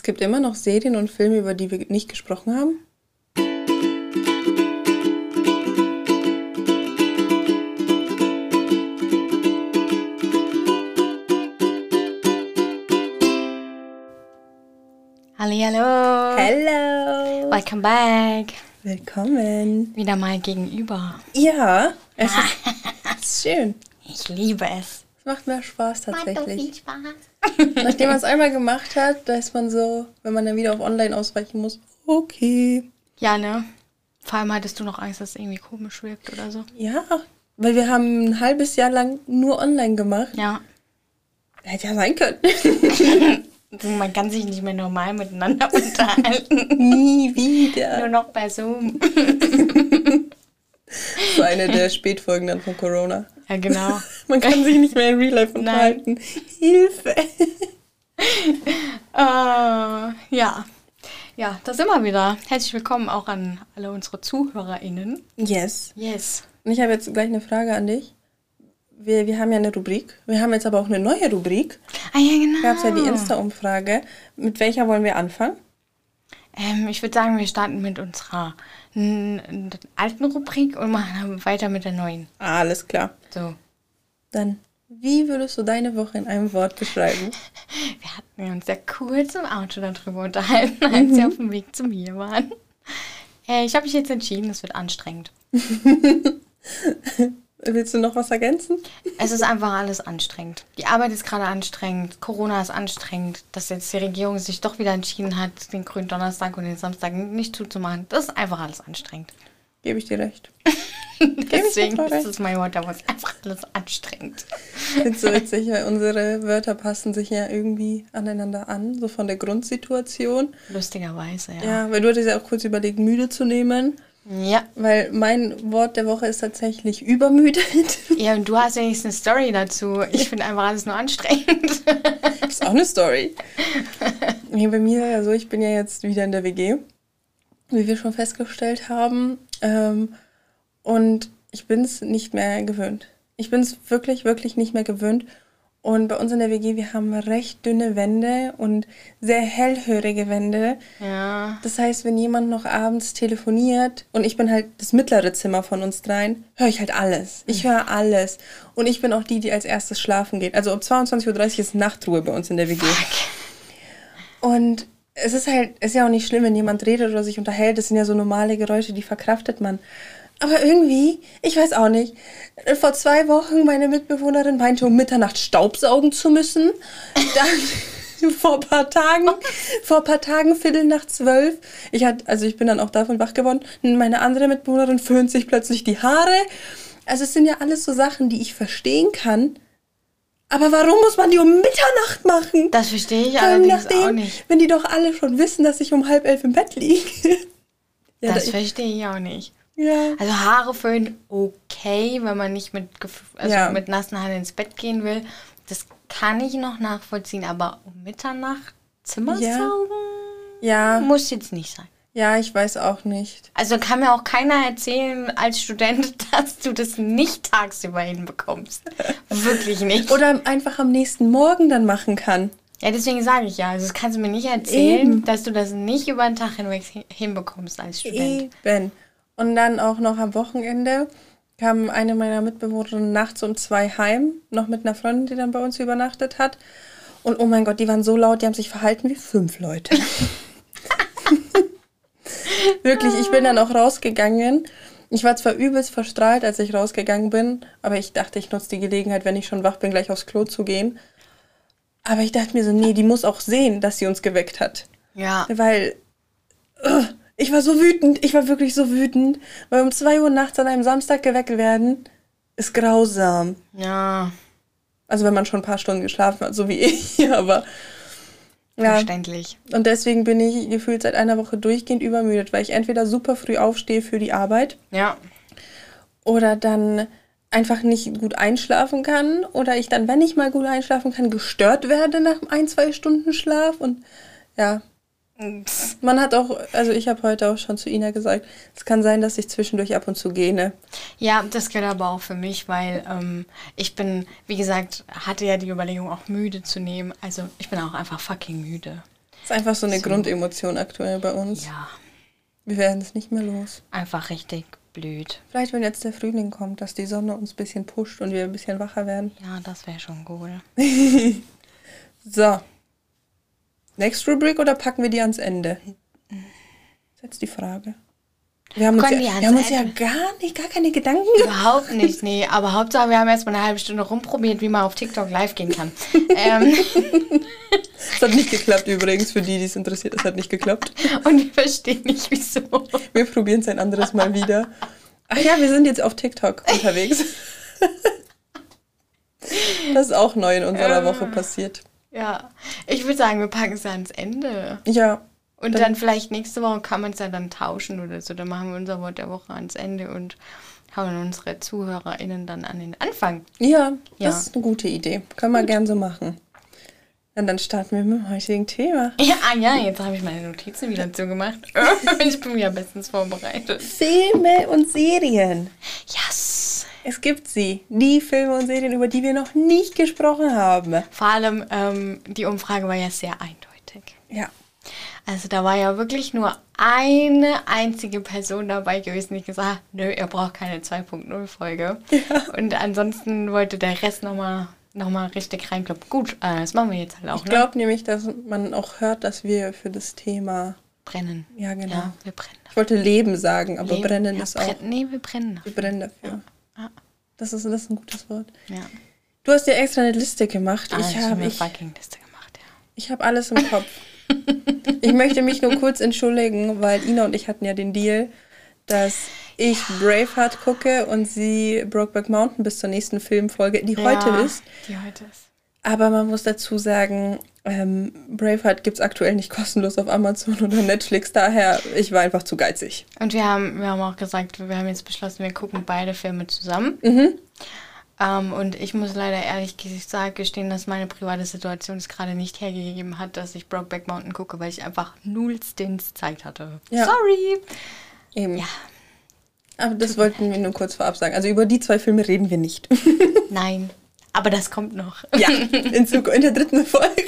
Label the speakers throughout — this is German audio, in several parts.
Speaker 1: Es gibt immer noch Serien und Filme, über die wir nicht gesprochen haben.
Speaker 2: Hallihallo.
Speaker 1: Hello.
Speaker 2: Welcome back.
Speaker 1: Willkommen.
Speaker 2: Wieder mal gegenüber.
Speaker 1: Ja, es ist schön.
Speaker 2: Ich liebe es.
Speaker 1: Es macht mehr Spaß tatsächlich.
Speaker 2: Macht doch viel Spaß.
Speaker 1: Nachdem man es einmal gemacht hat, da ist man so, wenn man dann wieder auf Online ausweichen muss, okay.
Speaker 2: Ja, ne? Vor allem hattest du noch Angst, dass es irgendwie komisch wirkt oder so.
Speaker 1: Ja, weil wir haben ein halbes Jahr lang nur online gemacht.
Speaker 2: Ja.
Speaker 1: Hätte ja sein können.
Speaker 2: Man kann sich nicht mehr normal miteinander unterhalten.
Speaker 1: Nie wieder.
Speaker 2: Nur noch bei Zoom.
Speaker 1: So eine der Spätfolgen dann von Corona.
Speaker 2: Ja, genau.
Speaker 1: Man kann sich nicht mehr in Real Life unterhalten. Hilfe.
Speaker 2: Ja. Ja, das immer wieder. Herzlich willkommen auch an alle unsere ZuhörerInnen.
Speaker 1: Yes.
Speaker 2: Yes.
Speaker 1: Und ich habe jetzt gleich eine Frage an dich. Wir haben ja eine Rubrik. Wir haben jetzt aber auch eine neue Rubrik.
Speaker 2: Ah ja, genau.
Speaker 1: Gab es ja die Insta-Umfrage. Mit welcher wollen wir anfangen?
Speaker 2: Ich würde sagen, wir starten mit unserer alten Rubrik und machen dann weiter mit der neuen.
Speaker 1: Alles klar.
Speaker 2: So.
Speaker 1: Dann, wie würdest du deine Woche in einem Wort beschreiben?
Speaker 2: Wir hatten uns ja kurz im Auto darüber unterhalten, als wir auf dem Weg zu mir waren. Ich habe mich jetzt entschieden, es wird anstrengend.
Speaker 1: Willst du noch was ergänzen?
Speaker 2: Es ist einfach alles anstrengend. Die Arbeit ist gerade anstrengend, Corona ist anstrengend, dass jetzt die Regierung sich doch wieder entschieden hat, den grünen Donnerstag und den Samstag nicht zuzumachen. Das ist einfach alles anstrengend.
Speaker 1: Gebe ich dir recht.
Speaker 2: Deswegen ist es mein Wort, aber es ist einfach alles anstrengend.
Speaker 1: Ich finde es so witzig, weil unsere Wörter passen sich ja irgendwie aneinander an, so von der Grundsituation.
Speaker 2: Lustigerweise, ja.
Speaker 1: Ja, weil du hattest ja auch kurz überlegt, müde zu nehmen.
Speaker 2: Ja.
Speaker 1: Weil mein Wort der Woche ist tatsächlich übermüdet.
Speaker 2: Ja, und du hast wenigstens eine Story dazu. Ich finde einfach alles nur anstrengend.
Speaker 1: Das ist auch eine Story. Nee, bei mir ja so, ich bin ja jetzt wieder in der WG, wie wir schon festgestellt haben. Und ich bin es nicht mehr gewöhnt. Ich bin es wirklich, wirklich nicht mehr gewöhnt. Und bei uns in der WG, wir haben recht dünne Wände und sehr hellhörige Wände.
Speaker 2: Ja.
Speaker 1: Das heißt, wenn jemand noch abends telefoniert und ich bin halt das mittlere Zimmer von uns dreien, höre ich halt alles. Ich höre alles. Und ich bin auch die als erstes schlafen geht. Also um 22:30 Uhr ist Nachtruhe bei uns in der WG. Und es ist ja auch nicht schlimm, wenn jemand redet oder sich unterhält. Das sind ja so normale Geräusche, die verkraftet man. Aber irgendwie, ich weiß auch nicht, vor 2 Wochen meine Mitbewohnerin meinte, um Mitternacht staubsaugen zu müssen. Dann vor ein paar Tagen, 11:45. Ich bin dann auch davon wach geworden. Meine andere Mitbewohnerin föhnt sich plötzlich die Haare. Also es sind ja alles so Sachen, die ich verstehen kann. Aber warum muss man die um Mitternacht machen?
Speaker 2: Das verstehe ich allerdings auch nicht.
Speaker 1: Wenn die doch alle schon wissen, dass ich um 10:30 im Bett liege. Ja,
Speaker 2: das verstehe ich auch nicht.
Speaker 1: Ja.
Speaker 2: Also Haare föhnen okay, wenn man nicht mit nassen Haaren ins Bett gehen will. Das kann ich noch nachvollziehen, aber um Mitternacht Zimmer saugen?
Speaker 1: Ja.
Speaker 2: Muss jetzt nicht sein.
Speaker 1: Ja, ich weiß auch nicht.
Speaker 2: Also kann mir auch keiner erzählen als Student, dass du das nicht tagsüber hinbekommst. Wirklich nicht.
Speaker 1: Oder einfach am nächsten Morgen dann machen kann.
Speaker 2: Ja, deswegen sage ich ja. Also das kannst du mir nicht erzählen, dass du das nicht über den Tag hinweg hinbekommst als Student.
Speaker 1: Eben. Und dann auch noch am Wochenende kam eine meiner Mitbewohnerinnen nachts um 2 heim, noch mit einer Freundin, die dann bei uns übernachtet hat. Und oh mein Gott, die waren so laut, die haben sich verhalten wie 5 Leute. Wirklich, ich bin dann auch rausgegangen. Ich war zwar übelst verstrahlt, als ich rausgegangen bin, aber ich dachte, ich nutze die Gelegenheit, wenn ich schon wach bin, gleich aufs Klo zu gehen. Aber ich dachte mir so, nee, die muss auch sehen, dass sie uns geweckt hat.
Speaker 2: Ja.
Speaker 1: Weil ich war so wütend, ich war wirklich so wütend, weil um 2 Uhr nachts an einem Samstag geweckt werden, ist grausam.
Speaker 2: Ja.
Speaker 1: Also wenn man schon ein paar Stunden geschlafen hat, so wie ich, aber ja.
Speaker 2: Verständlich.
Speaker 1: Und deswegen bin ich gefühlt seit einer Woche durchgehend übermüdet, weil ich entweder super früh aufstehe für die Arbeit.
Speaker 2: Ja.
Speaker 1: Oder dann einfach nicht gut einschlafen kann. Oder ich dann, wenn ich mal gut einschlafen kann, gestört werde nach 1-2 Stunden Schlaf. Und ja, man hat auch, also ich habe heute auch schon zu Ina gesagt, es kann sein, dass ich zwischendurch ab und zu gähne.
Speaker 2: Ja, das gilt aber auch für mich, weil ich bin, wie gesagt, hatte ja die Überlegung auch müde zu nehmen. Also ich bin auch einfach fucking müde.
Speaker 1: Das ist einfach so eine Grundemotion aktuell bei uns.
Speaker 2: Ja.
Speaker 1: Wir werden es nicht mehr los.
Speaker 2: Einfach richtig blöd.
Speaker 1: Vielleicht, wenn jetzt der Frühling kommt, dass die Sonne uns ein bisschen pusht und wir ein bisschen wacher werden.
Speaker 2: Ja, das wäre schon cool.
Speaker 1: So. Next Rubrik oder packen wir die ans Ende? Das ist jetzt die Frage. Wir haben uns ja gar keine Gedanken gemacht.
Speaker 2: Überhaupt nicht, nee. Aber Hauptsache, wir haben erst mal eine halbe Stunde rumprobiert, wie man auf TikTok live gehen kann.
Speaker 1: Das hat nicht geklappt übrigens, für die es interessiert. Das hat nicht geklappt.
Speaker 2: Und wir verstehen nicht, wieso.
Speaker 1: Wir probieren es ein anderes Mal wieder. Ach ja, wir sind jetzt auf TikTok unterwegs. Das ist auch neu in unserer Woche passiert.
Speaker 2: Ja, ich würde sagen, wir packen es ans Ende.
Speaker 1: Ja.
Speaker 2: Und dann vielleicht nächste Woche kann man es ja dann tauschen oder so. Dann machen wir unser Wort der Woche ans Ende und hauen unsere ZuhörerInnen dann an den Anfang.
Speaker 1: Ja, das ist eine gute Idee. Können wir gern so machen. Und dann starten wir mit dem heutigen Thema.
Speaker 2: Ja, jetzt habe ich meine Notizen wieder zugemacht. Ich bin ja bestens vorbereitet.
Speaker 1: Filme und Serien.
Speaker 2: Yes!
Speaker 1: Es gibt sie. Die Filme und Serien, über die wir noch nicht gesprochen haben.
Speaker 2: Vor allem, die Umfrage war ja sehr eindeutig.
Speaker 1: Ja.
Speaker 2: Also da war ja wirklich nur eine einzige Person dabei gewesen, die gesagt hat, nö, ihr braucht keine 2.0-Folge. Ja. Und ansonsten wollte der Rest nochmal richtig reinkloppen. Gut, das machen wir jetzt halt auch.
Speaker 1: Ich glaube nämlich, dass man auch hört, dass wir für das Thema
Speaker 2: brennen.
Speaker 1: Ja, genau.
Speaker 2: Ja, wir brennen dafür.
Speaker 1: Ich wollte Leben sagen, aber
Speaker 2: Leben,
Speaker 1: brennen ist auch...
Speaker 2: Nee, wir brennen dafür.
Speaker 1: Wir brennen dafür.
Speaker 2: Ja.
Speaker 1: Das ist ein gutes Wort.
Speaker 2: Ja.
Speaker 1: Du hast dir extra eine Liste gemacht.
Speaker 2: Ich habe eine fucking Liste gemacht, ja.
Speaker 1: Ich habe alles im Kopf. Ich möchte mich nur kurz entschuldigen, weil Ina und ich hatten ja den Deal, dass ich Braveheart gucke und sie Brokeback Mountain bis zur nächsten Filmfolge, die heute ist.
Speaker 2: Die heute ist.
Speaker 1: Aber man muss dazu sagen, Braveheart gibt es aktuell nicht kostenlos auf Amazon oder Netflix, daher, ich war einfach zu geizig.
Speaker 2: Und wir haben auch gesagt, wir haben jetzt beschlossen, wir gucken beide Filme zusammen. Und ich muss leider ehrlich gesagt gestehen, dass meine private Situation es gerade nicht hergegeben hat, dass ich Brokeback Mountain gucke, weil ich einfach nullstens Zeit hatte.
Speaker 1: Ja.
Speaker 2: Sorry!
Speaker 1: Eben.
Speaker 2: Ja.
Speaker 1: Aber das wollten wir nur kurz vorab sagen. Also über die 2 Filme reden wir nicht.
Speaker 2: Nein, aber das kommt noch.
Speaker 1: Ja, in der 3. Folge.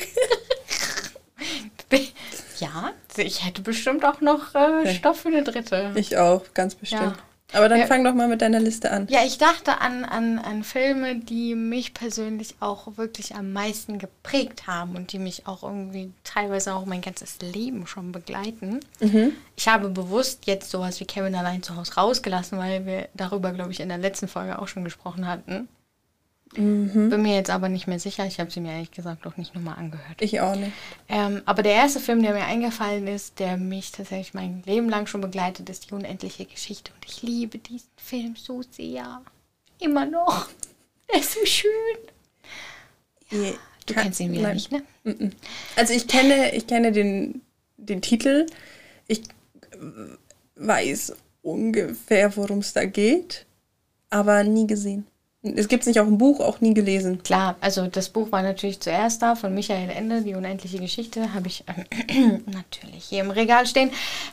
Speaker 2: Ja, ich hätte bestimmt auch noch Stoff für eine 3.
Speaker 1: Ich auch, ganz bestimmt.
Speaker 2: Ja.
Speaker 1: Aber dann fang doch mal mit deiner Liste an.
Speaker 2: Ja, ich dachte an Filme, die mich persönlich auch wirklich am meisten geprägt haben und die mich auch irgendwie teilweise auch mein ganzes Leben schon begleiten. Ich habe bewusst jetzt sowas wie Kevin allein zu Hause rausgelassen, weil wir darüber, glaube ich, in der letzten Folge auch schon gesprochen hatten. Bin mir jetzt aber nicht mehr sicher. Ich habe sie mir ehrlich gesagt auch nicht nochmal angehört.
Speaker 1: Ich auch nicht.
Speaker 2: Aber der erste Film, der mir eingefallen ist, der mich tatsächlich mein Leben lang schon begleitet, ist Die unendliche Geschichte. Und ich liebe diesen Film so sehr. Immer noch. Er ist so schön. Ja, du kennst ihn wieder nicht, ne?
Speaker 1: Also ich kenne den Titel. Ich weiß ungefähr, worum es da geht, aber nie gesehen. Es gibt es nicht auch im Buch, auch nie gelesen.
Speaker 2: Klar, also das Buch war natürlich zuerst da, von Michael Ende, Die unendliche Geschichte, habe ich natürlich hier im Regal stehen.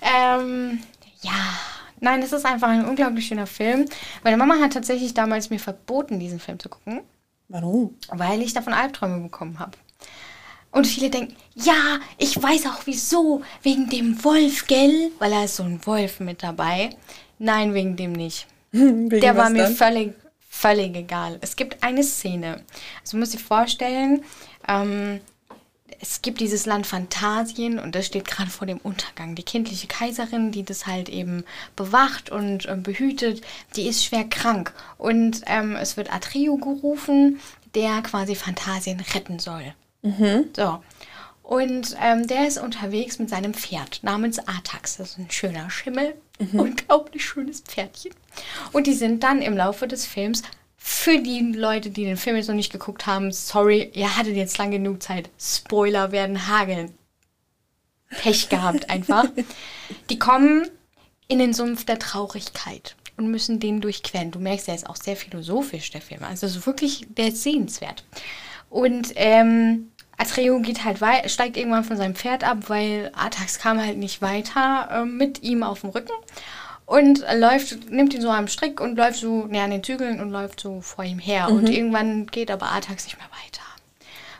Speaker 2: Nein, es ist einfach ein unglaublich schöner Film. Meine Mama hat tatsächlich damals mir verboten, diesen Film zu gucken.
Speaker 1: Warum?
Speaker 2: Weil ich davon Albträume bekommen habe. Und viele denken, ja, ich weiß auch wieso, wegen dem Wolf, gell? Weil da ist so ein Wolf mit dabei. Nein, wegen dem nicht. Der war mir völlig egal. Es gibt eine Szene. Also muss ich vorstellen, es gibt dieses Land Phantasien und das steht gerade vor dem Untergang. Die kindliche Kaiserin, die das halt eben bewacht und behütet, die ist schwer krank. Und es wird Atreo gerufen, der quasi Phantasien retten soll. So. Und der ist unterwegs mit seinem Pferd namens Artax. Das ist ein schöner Schimmel. Unglaublich schönes Pferdchen. Und die sind dann im Laufe des Films, für die Leute, die den Film jetzt noch nicht geguckt haben, sorry, ihr hattet jetzt lang genug Zeit. Spoiler werden hageln. Pech gehabt einfach. Die kommen in den Sumpf der Traurigkeit und müssen den durchqueren. Du merkst, der ist auch sehr philosophisch, der Film. Also so wirklich, der ist sehenswert. Und Atreo geht halt steigt irgendwann von seinem Pferd ab, weil Artax kam halt nicht weiter mit ihm auf dem Rücken und nimmt ihn so am Strick und läuft so an den Zügeln und läuft so vor ihm her. Und irgendwann geht aber Artax nicht mehr weiter.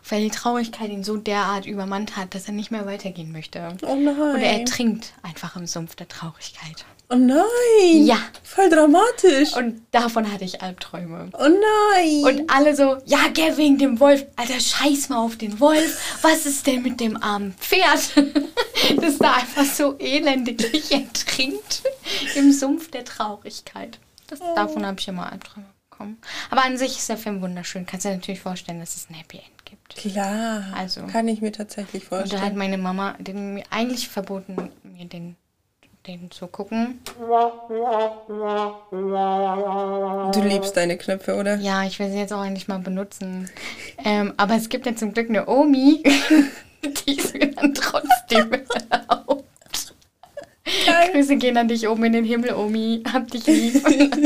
Speaker 2: weil die Traurigkeit ihn so derart übermannt hat, dass er nicht mehr weitergehen möchte.
Speaker 1: Oh nein.
Speaker 2: Und er ertrinkt einfach im Sumpf der Traurigkeit.
Speaker 1: Oh nein.
Speaker 2: Ja.
Speaker 1: Voll dramatisch.
Speaker 2: Und davon hatte ich Albträume.
Speaker 1: Oh nein.
Speaker 2: Und alle so, ja, gell, wegen dem Wolf. Alter, scheiß mal auf den Wolf. Was ist denn mit dem armen Pferd? Das da einfach so elendiglich ertrinkt im Sumpf der Traurigkeit. Davon habe ich immer Albträume bekommen. Aber an sich ist der Film wunderschön. Kannst dir natürlich vorstellen, dass es ein Happy End gibt.
Speaker 1: Klar.
Speaker 2: Also.
Speaker 1: Kann ich mir tatsächlich vorstellen.
Speaker 2: Und da hat meine Mama mir eigentlich verboten, mir den zu gucken.
Speaker 1: Du liebst deine Knöpfe, oder?
Speaker 2: Ja, ich will sie jetzt auch endlich mal benutzen. Aber es gibt ja zum Glück eine Omi, die es mir dann trotzdem erlaubt. Grüße gehen an dich oben in den Himmel, Omi. Hab dich lieb.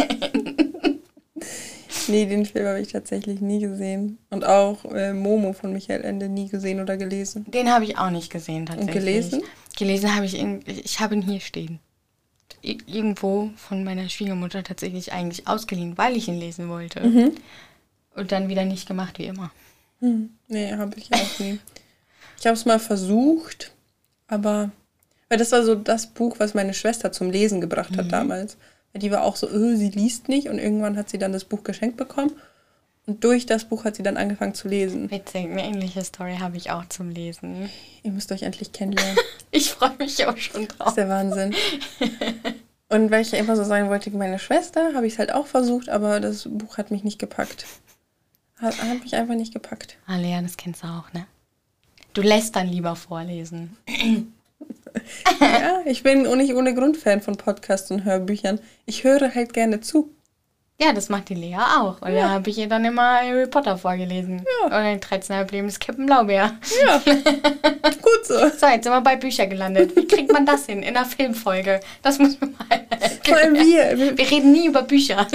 Speaker 1: Nee, den Film habe ich tatsächlich nie gesehen. Und auch Momo von Michael Ende nie gesehen oder gelesen.
Speaker 2: Den habe ich auch nicht gesehen, tatsächlich.
Speaker 1: Und gelesen?
Speaker 2: Gelesen habe ich habe ihn hier stehen. Irgendwo von meiner Schwiegermutter tatsächlich eigentlich ausgeliehen, weil ich ihn lesen wollte.
Speaker 1: Mhm.
Speaker 2: Und dann wieder nicht gemacht, wie immer.
Speaker 1: Nee, habe ich auch nie. Ich habe es mal versucht, aber... Weil das war so das Buch, was meine Schwester zum Lesen gebracht hat damals. Weil die war auch so, sie liest nicht. Und irgendwann hat sie dann das Buch geschenkt bekommen. Und durch das Buch hat sie dann angefangen zu lesen.
Speaker 2: Witzig, eine ähnliche Story habe ich auch zum Lesen.
Speaker 1: Ihr müsst euch endlich kennenlernen.
Speaker 2: Ich freue mich auch schon drauf.
Speaker 1: Das ist der Wahnsinn. Und weil ich ja immer so sagen wollte wie meine Schwester, habe ich es halt auch versucht, aber das Buch hat mich nicht gepackt. Hat mich einfach nicht gepackt.
Speaker 2: Ah, Lea, das kennst du auch, ne? Du lässt dann lieber vorlesen.
Speaker 1: Ja, ich bin auch nicht ohne Grund Fan von Podcasts und Hörbüchern. Ich höre halt gerne zu.
Speaker 2: Ja, das macht die Lea auch. Und da habe ich ihr dann immer Harry Potter vorgelesen. Ja. Oder den 13,5 Leben des Captain Blaubeer.
Speaker 1: Ja, gut so.
Speaker 2: So, jetzt sind wir bei Büchern gelandet. Wie kriegt man das hin in einer Filmfolge? Das muss man mal
Speaker 1: Vor allem wir.
Speaker 2: Wir reden nie über Bücher.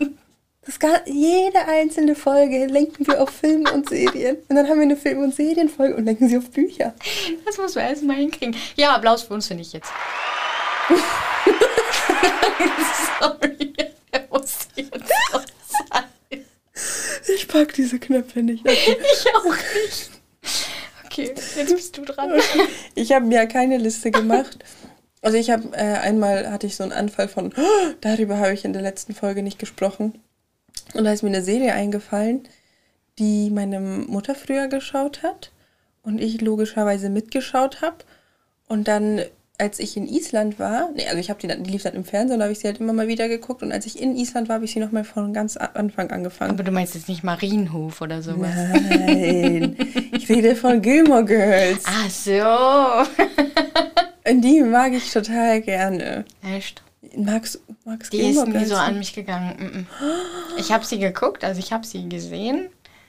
Speaker 1: Jede einzelne Folge lenken wir auf Filme und Serien. Und dann haben wir eine Film- und Serienfolge und lenken sie auf Bücher.
Speaker 2: Das muss man erst mal hinkriegen. Ja, Applaus für uns finde ich jetzt. Sorry, er musste jetzt auch sein.
Speaker 1: Ich pack diese Knöpfe nicht. Okay.
Speaker 2: Ich auch nicht. Okay, jetzt bist du dran.
Speaker 1: Okay. Ich habe mir keine Liste gemacht. Also ich habe, einmal hatte ich so einen Anfall von, darüber habe ich in der letzten Folge nicht gesprochen. Und da ist mir eine Serie eingefallen, die meine Mutter früher geschaut hat und ich logischerweise mitgeschaut habe. Und dann, als ich in Island war, also ich habe die lief dann im Fernsehen und da habe ich sie halt immer mal wieder geguckt. Und als ich in Island war, habe ich sie nochmal von ganz Anfang angefangen.
Speaker 2: Aber du meinst jetzt nicht Marienhof oder sowas?
Speaker 1: Nein, ich rede von Gilmore Girls.
Speaker 2: Ach so.
Speaker 1: Und die mag ich total gerne.
Speaker 2: Echt?
Speaker 1: Magst
Speaker 2: die ist nie so an mich gegangen. Ich habe sie geguckt, also ich habe sie gesehen.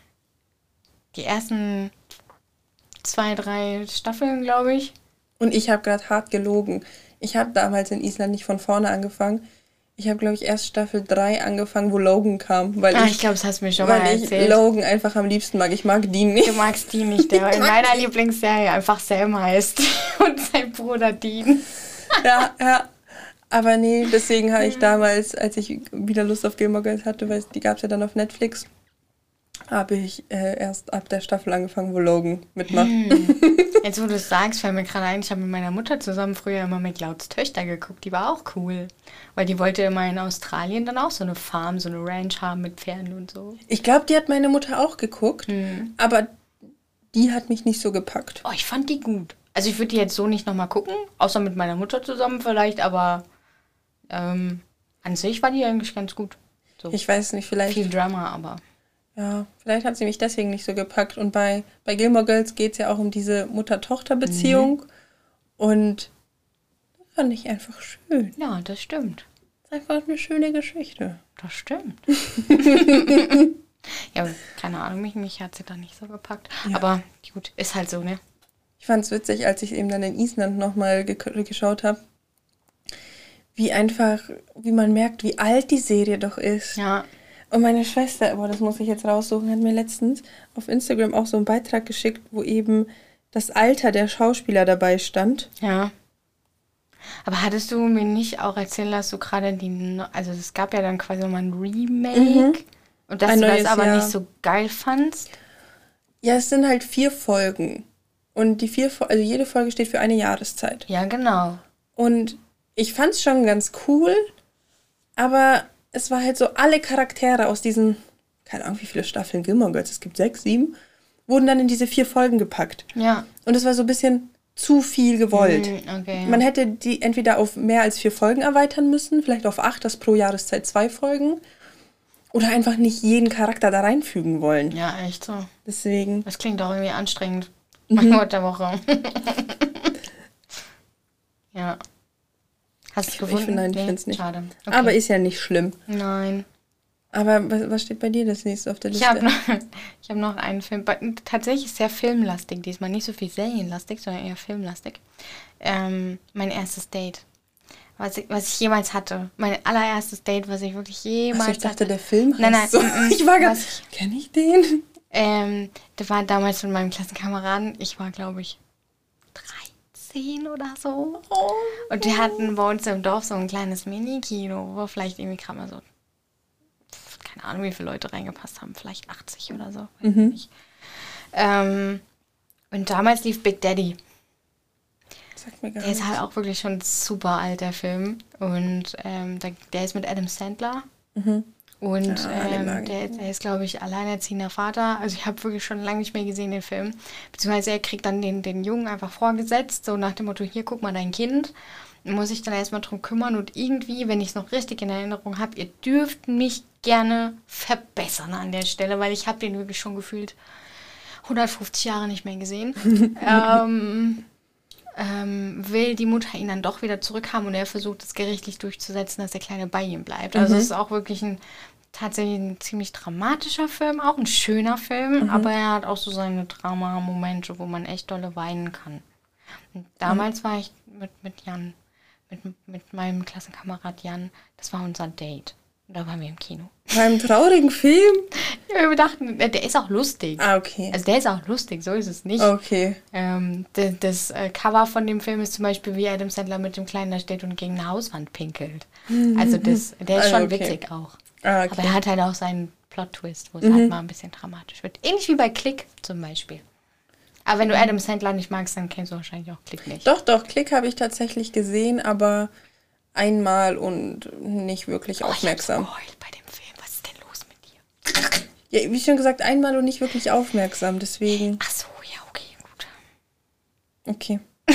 Speaker 2: Die ersten 2, 3 Staffeln, glaube ich.
Speaker 1: Und ich habe gerade hart gelogen. Ich habe damals in Island nicht von vorne angefangen. Ich habe, glaube ich, erst Staffel 3 angefangen, wo Logan kam. Weil
Speaker 2: ich glaube, das hast du mir schon mal erzählt.
Speaker 1: Weil ich Logan einfach am liebsten mag. Ich mag Dean nicht.
Speaker 2: Du magst Dean nicht, der in meiner Lieblingsserie einfach Sam heißt. Und sein Bruder Dean.
Speaker 1: Ja. Aber nee, deswegen habe ich damals, als ich wieder Lust auf Gilmore Girls hatte, weil die gab es ja dann auf Netflix, habe ich erst ab der Staffel angefangen, wo Logan mitmacht.
Speaker 2: Jetzt, wo du es sagst, fällt mir gerade ein, ich habe mit meiner Mutter zusammen früher immer McLeods Töchter geguckt. Die war auch cool. Weil die wollte immer in Australien dann auch so eine Farm, so eine Ranch haben mit Pferden und so.
Speaker 1: Ich glaube, die hat meine Mutter auch geguckt, aber die hat mich nicht so gepackt.
Speaker 2: Oh, ich fand die gut. Also ich würde die jetzt so nicht nochmal gucken, außer mit meiner Mutter zusammen vielleicht, aber an sich war die eigentlich ganz gut. So.
Speaker 1: Ich weiß nicht, vielleicht...
Speaker 2: Viel Drama, aber...
Speaker 1: Ja, vielleicht hat sie mich deswegen nicht so gepackt. Und bei Gilmore Girls geht es ja auch um diese Mutter-Tochter-Beziehung. Und das fand ich einfach schön.
Speaker 2: Ja, das stimmt.
Speaker 1: Das ist einfach eine schöne Geschichte.
Speaker 2: Das stimmt. Ja, keine Ahnung, mich hat sie da nicht so gepackt. Ja. Aber gut, ist halt so, ne?
Speaker 1: Ich fand es witzig, als ich eben dann in Island nochmal geschaut habe, wie man merkt, wie alt die Serie doch ist.
Speaker 2: Ja.
Speaker 1: Und meine Schwester, das muss ich jetzt raussuchen, hat mir letztens auf Instagram auch so einen Beitrag geschickt, wo eben das Alter der Schauspieler dabei stand.
Speaker 2: Ja. Aber hattest du mir nicht auch erzählt, dass du gerade also es gab ja dann quasi nochmal ein Remake und dass du das aber nicht so geil fandst?
Speaker 1: Ja, es sind halt 4 Folgen. Und die also jede Folge steht für eine Jahreszeit.
Speaker 2: Ja, genau.
Speaker 1: Und ich fand es schon ganz cool, aber es war halt so, alle Charaktere aus diesen, keine Ahnung, wie viele Staffeln Gilmore Girls, es gibt 6, 7, wurden dann in diese 4 Folgen gepackt.
Speaker 2: Ja.
Speaker 1: Und es war so ein bisschen zu viel gewollt.
Speaker 2: Okay, ja.
Speaker 1: Man hätte die entweder auf mehr als 4 Folgen erweitern müssen, vielleicht auf 8, das pro Jahreszeit 2 Folgen. Oder einfach nicht jeden Charakter da reinfügen wollen.
Speaker 2: Ja, echt so.
Speaker 1: Deswegen.
Speaker 2: Das klingt auch irgendwie anstrengend. Mein Wort der Woche. Ja. Hast du es gefunden?
Speaker 1: Nein, ich finde es nicht.
Speaker 2: Schade. Okay.
Speaker 1: Aber ist ja nicht schlimm.
Speaker 2: Nein.
Speaker 1: Aber was steht bei dir das nächste auf der Liste?
Speaker 2: Ich hab noch einen Film. Tatsächlich sehr filmlastig diesmal. Nicht so viel serienlastig, sondern eher filmlastig. Mein erstes Date. Was ich jemals hatte. Mein allererstes Date, was ich wirklich jemals hatte.
Speaker 1: Ich dachte, der Film heißt
Speaker 2: Nein.
Speaker 1: so. Ich war ganz... Kenn ich den?
Speaker 2: Der war damals mit meinem Klassenkameraden. Ich war, glaube ich, 13 oder so.
Speaker 1: Oh.
Speaker 2: Und wir hatten bei uns im Dorf so ein kleines Mini-Kino, wo vielleicht irgendwie gerade mal so, keine Ahnung, wie viele Leute reingepasst haben. Vielleicht 80 oder so. Weiß ich nicht. Und damals lief Big Daddy.
Speaker 1: Sagt mir gar
Speaker 2: Der ist
Speaker 1: nichts.
Speaker 2: halt auch wirklich schon super alt, der Film. Und der ist mit Adam Sandler. Und der ist, glaube ich, alleinerziehender Vater. Also ich habe wirklich schon lange nicht mehr gesehen, den Film. Beziehungsweise er kriegt dann den Jungen einfach vorgesetzt, so nach dem Motto, hier, guck mal, dein Kind. Muss ich dann erstmal drum kümmern. Und irgendwie, wenn ich es noch richtig in Erinnerung habe, ihr dürft mich gerne verbessern an der Stelle, weil ich habe den wirklich schon gefühlt 150 Jahre nicht mehr gesehen. Will die Mutter ihn dann doch wieder zurückhaben und er versucht es gerichtlich durchzusetzen, dass der Kleine bei ihm bleibt. Also es ist auch wirklich tatsächlich ein ziemlich dramatischer Film, auch ein schöner Film, aber er hat auch so seine Drama-Momente, wo man echt dolle weinen kann. Und damals war ich mit Jan, mit meinem Klassenkamerad Jan, das war unser Date. Und da waren wir im Kino.
Speaker 1: Beim traurigen Film?
Speaker 2: Ja, wir dachten, der ist auch lustig.
Speaker 1: Ah, okay.
Speaker 2: Also der ist auch lustig, so ist es nicht.
Speaker 1: Okay.
Speaker 2: Das Cover von dem Film ist zum Beispiel, wie Adam Sandler mit dem Kleinen da steht und gegen eine Hauswand pinkelt. Also der ist schon witzig auch.
Speaker 1: Ah, okay.
Speaker 2: Aber er hat halt auch seinen Plot-Twist, wo es halt mal ein bisschen dramatisch wird. Ähnlich wie bei Click zum Beispiel. Aber wenn du Adam Sandler nicht magst, dann kennst du wahrscheinlich auch Click nicht.
Speaker 1: Doch, Klick habe ich tatsächlich gesehen, aber einmal und nicht wirklich aufmerksam.
Speaker 2: Ich hab geheult bei dem Film. Was ist denn los mit dir?
Speaker 1: Ja, wie schon gesagt, einmal und nicht wirklich aufmerksam, deswegen.
Speaker 2: Ach so, ja, okay, gut.
Speaker 1: Okay.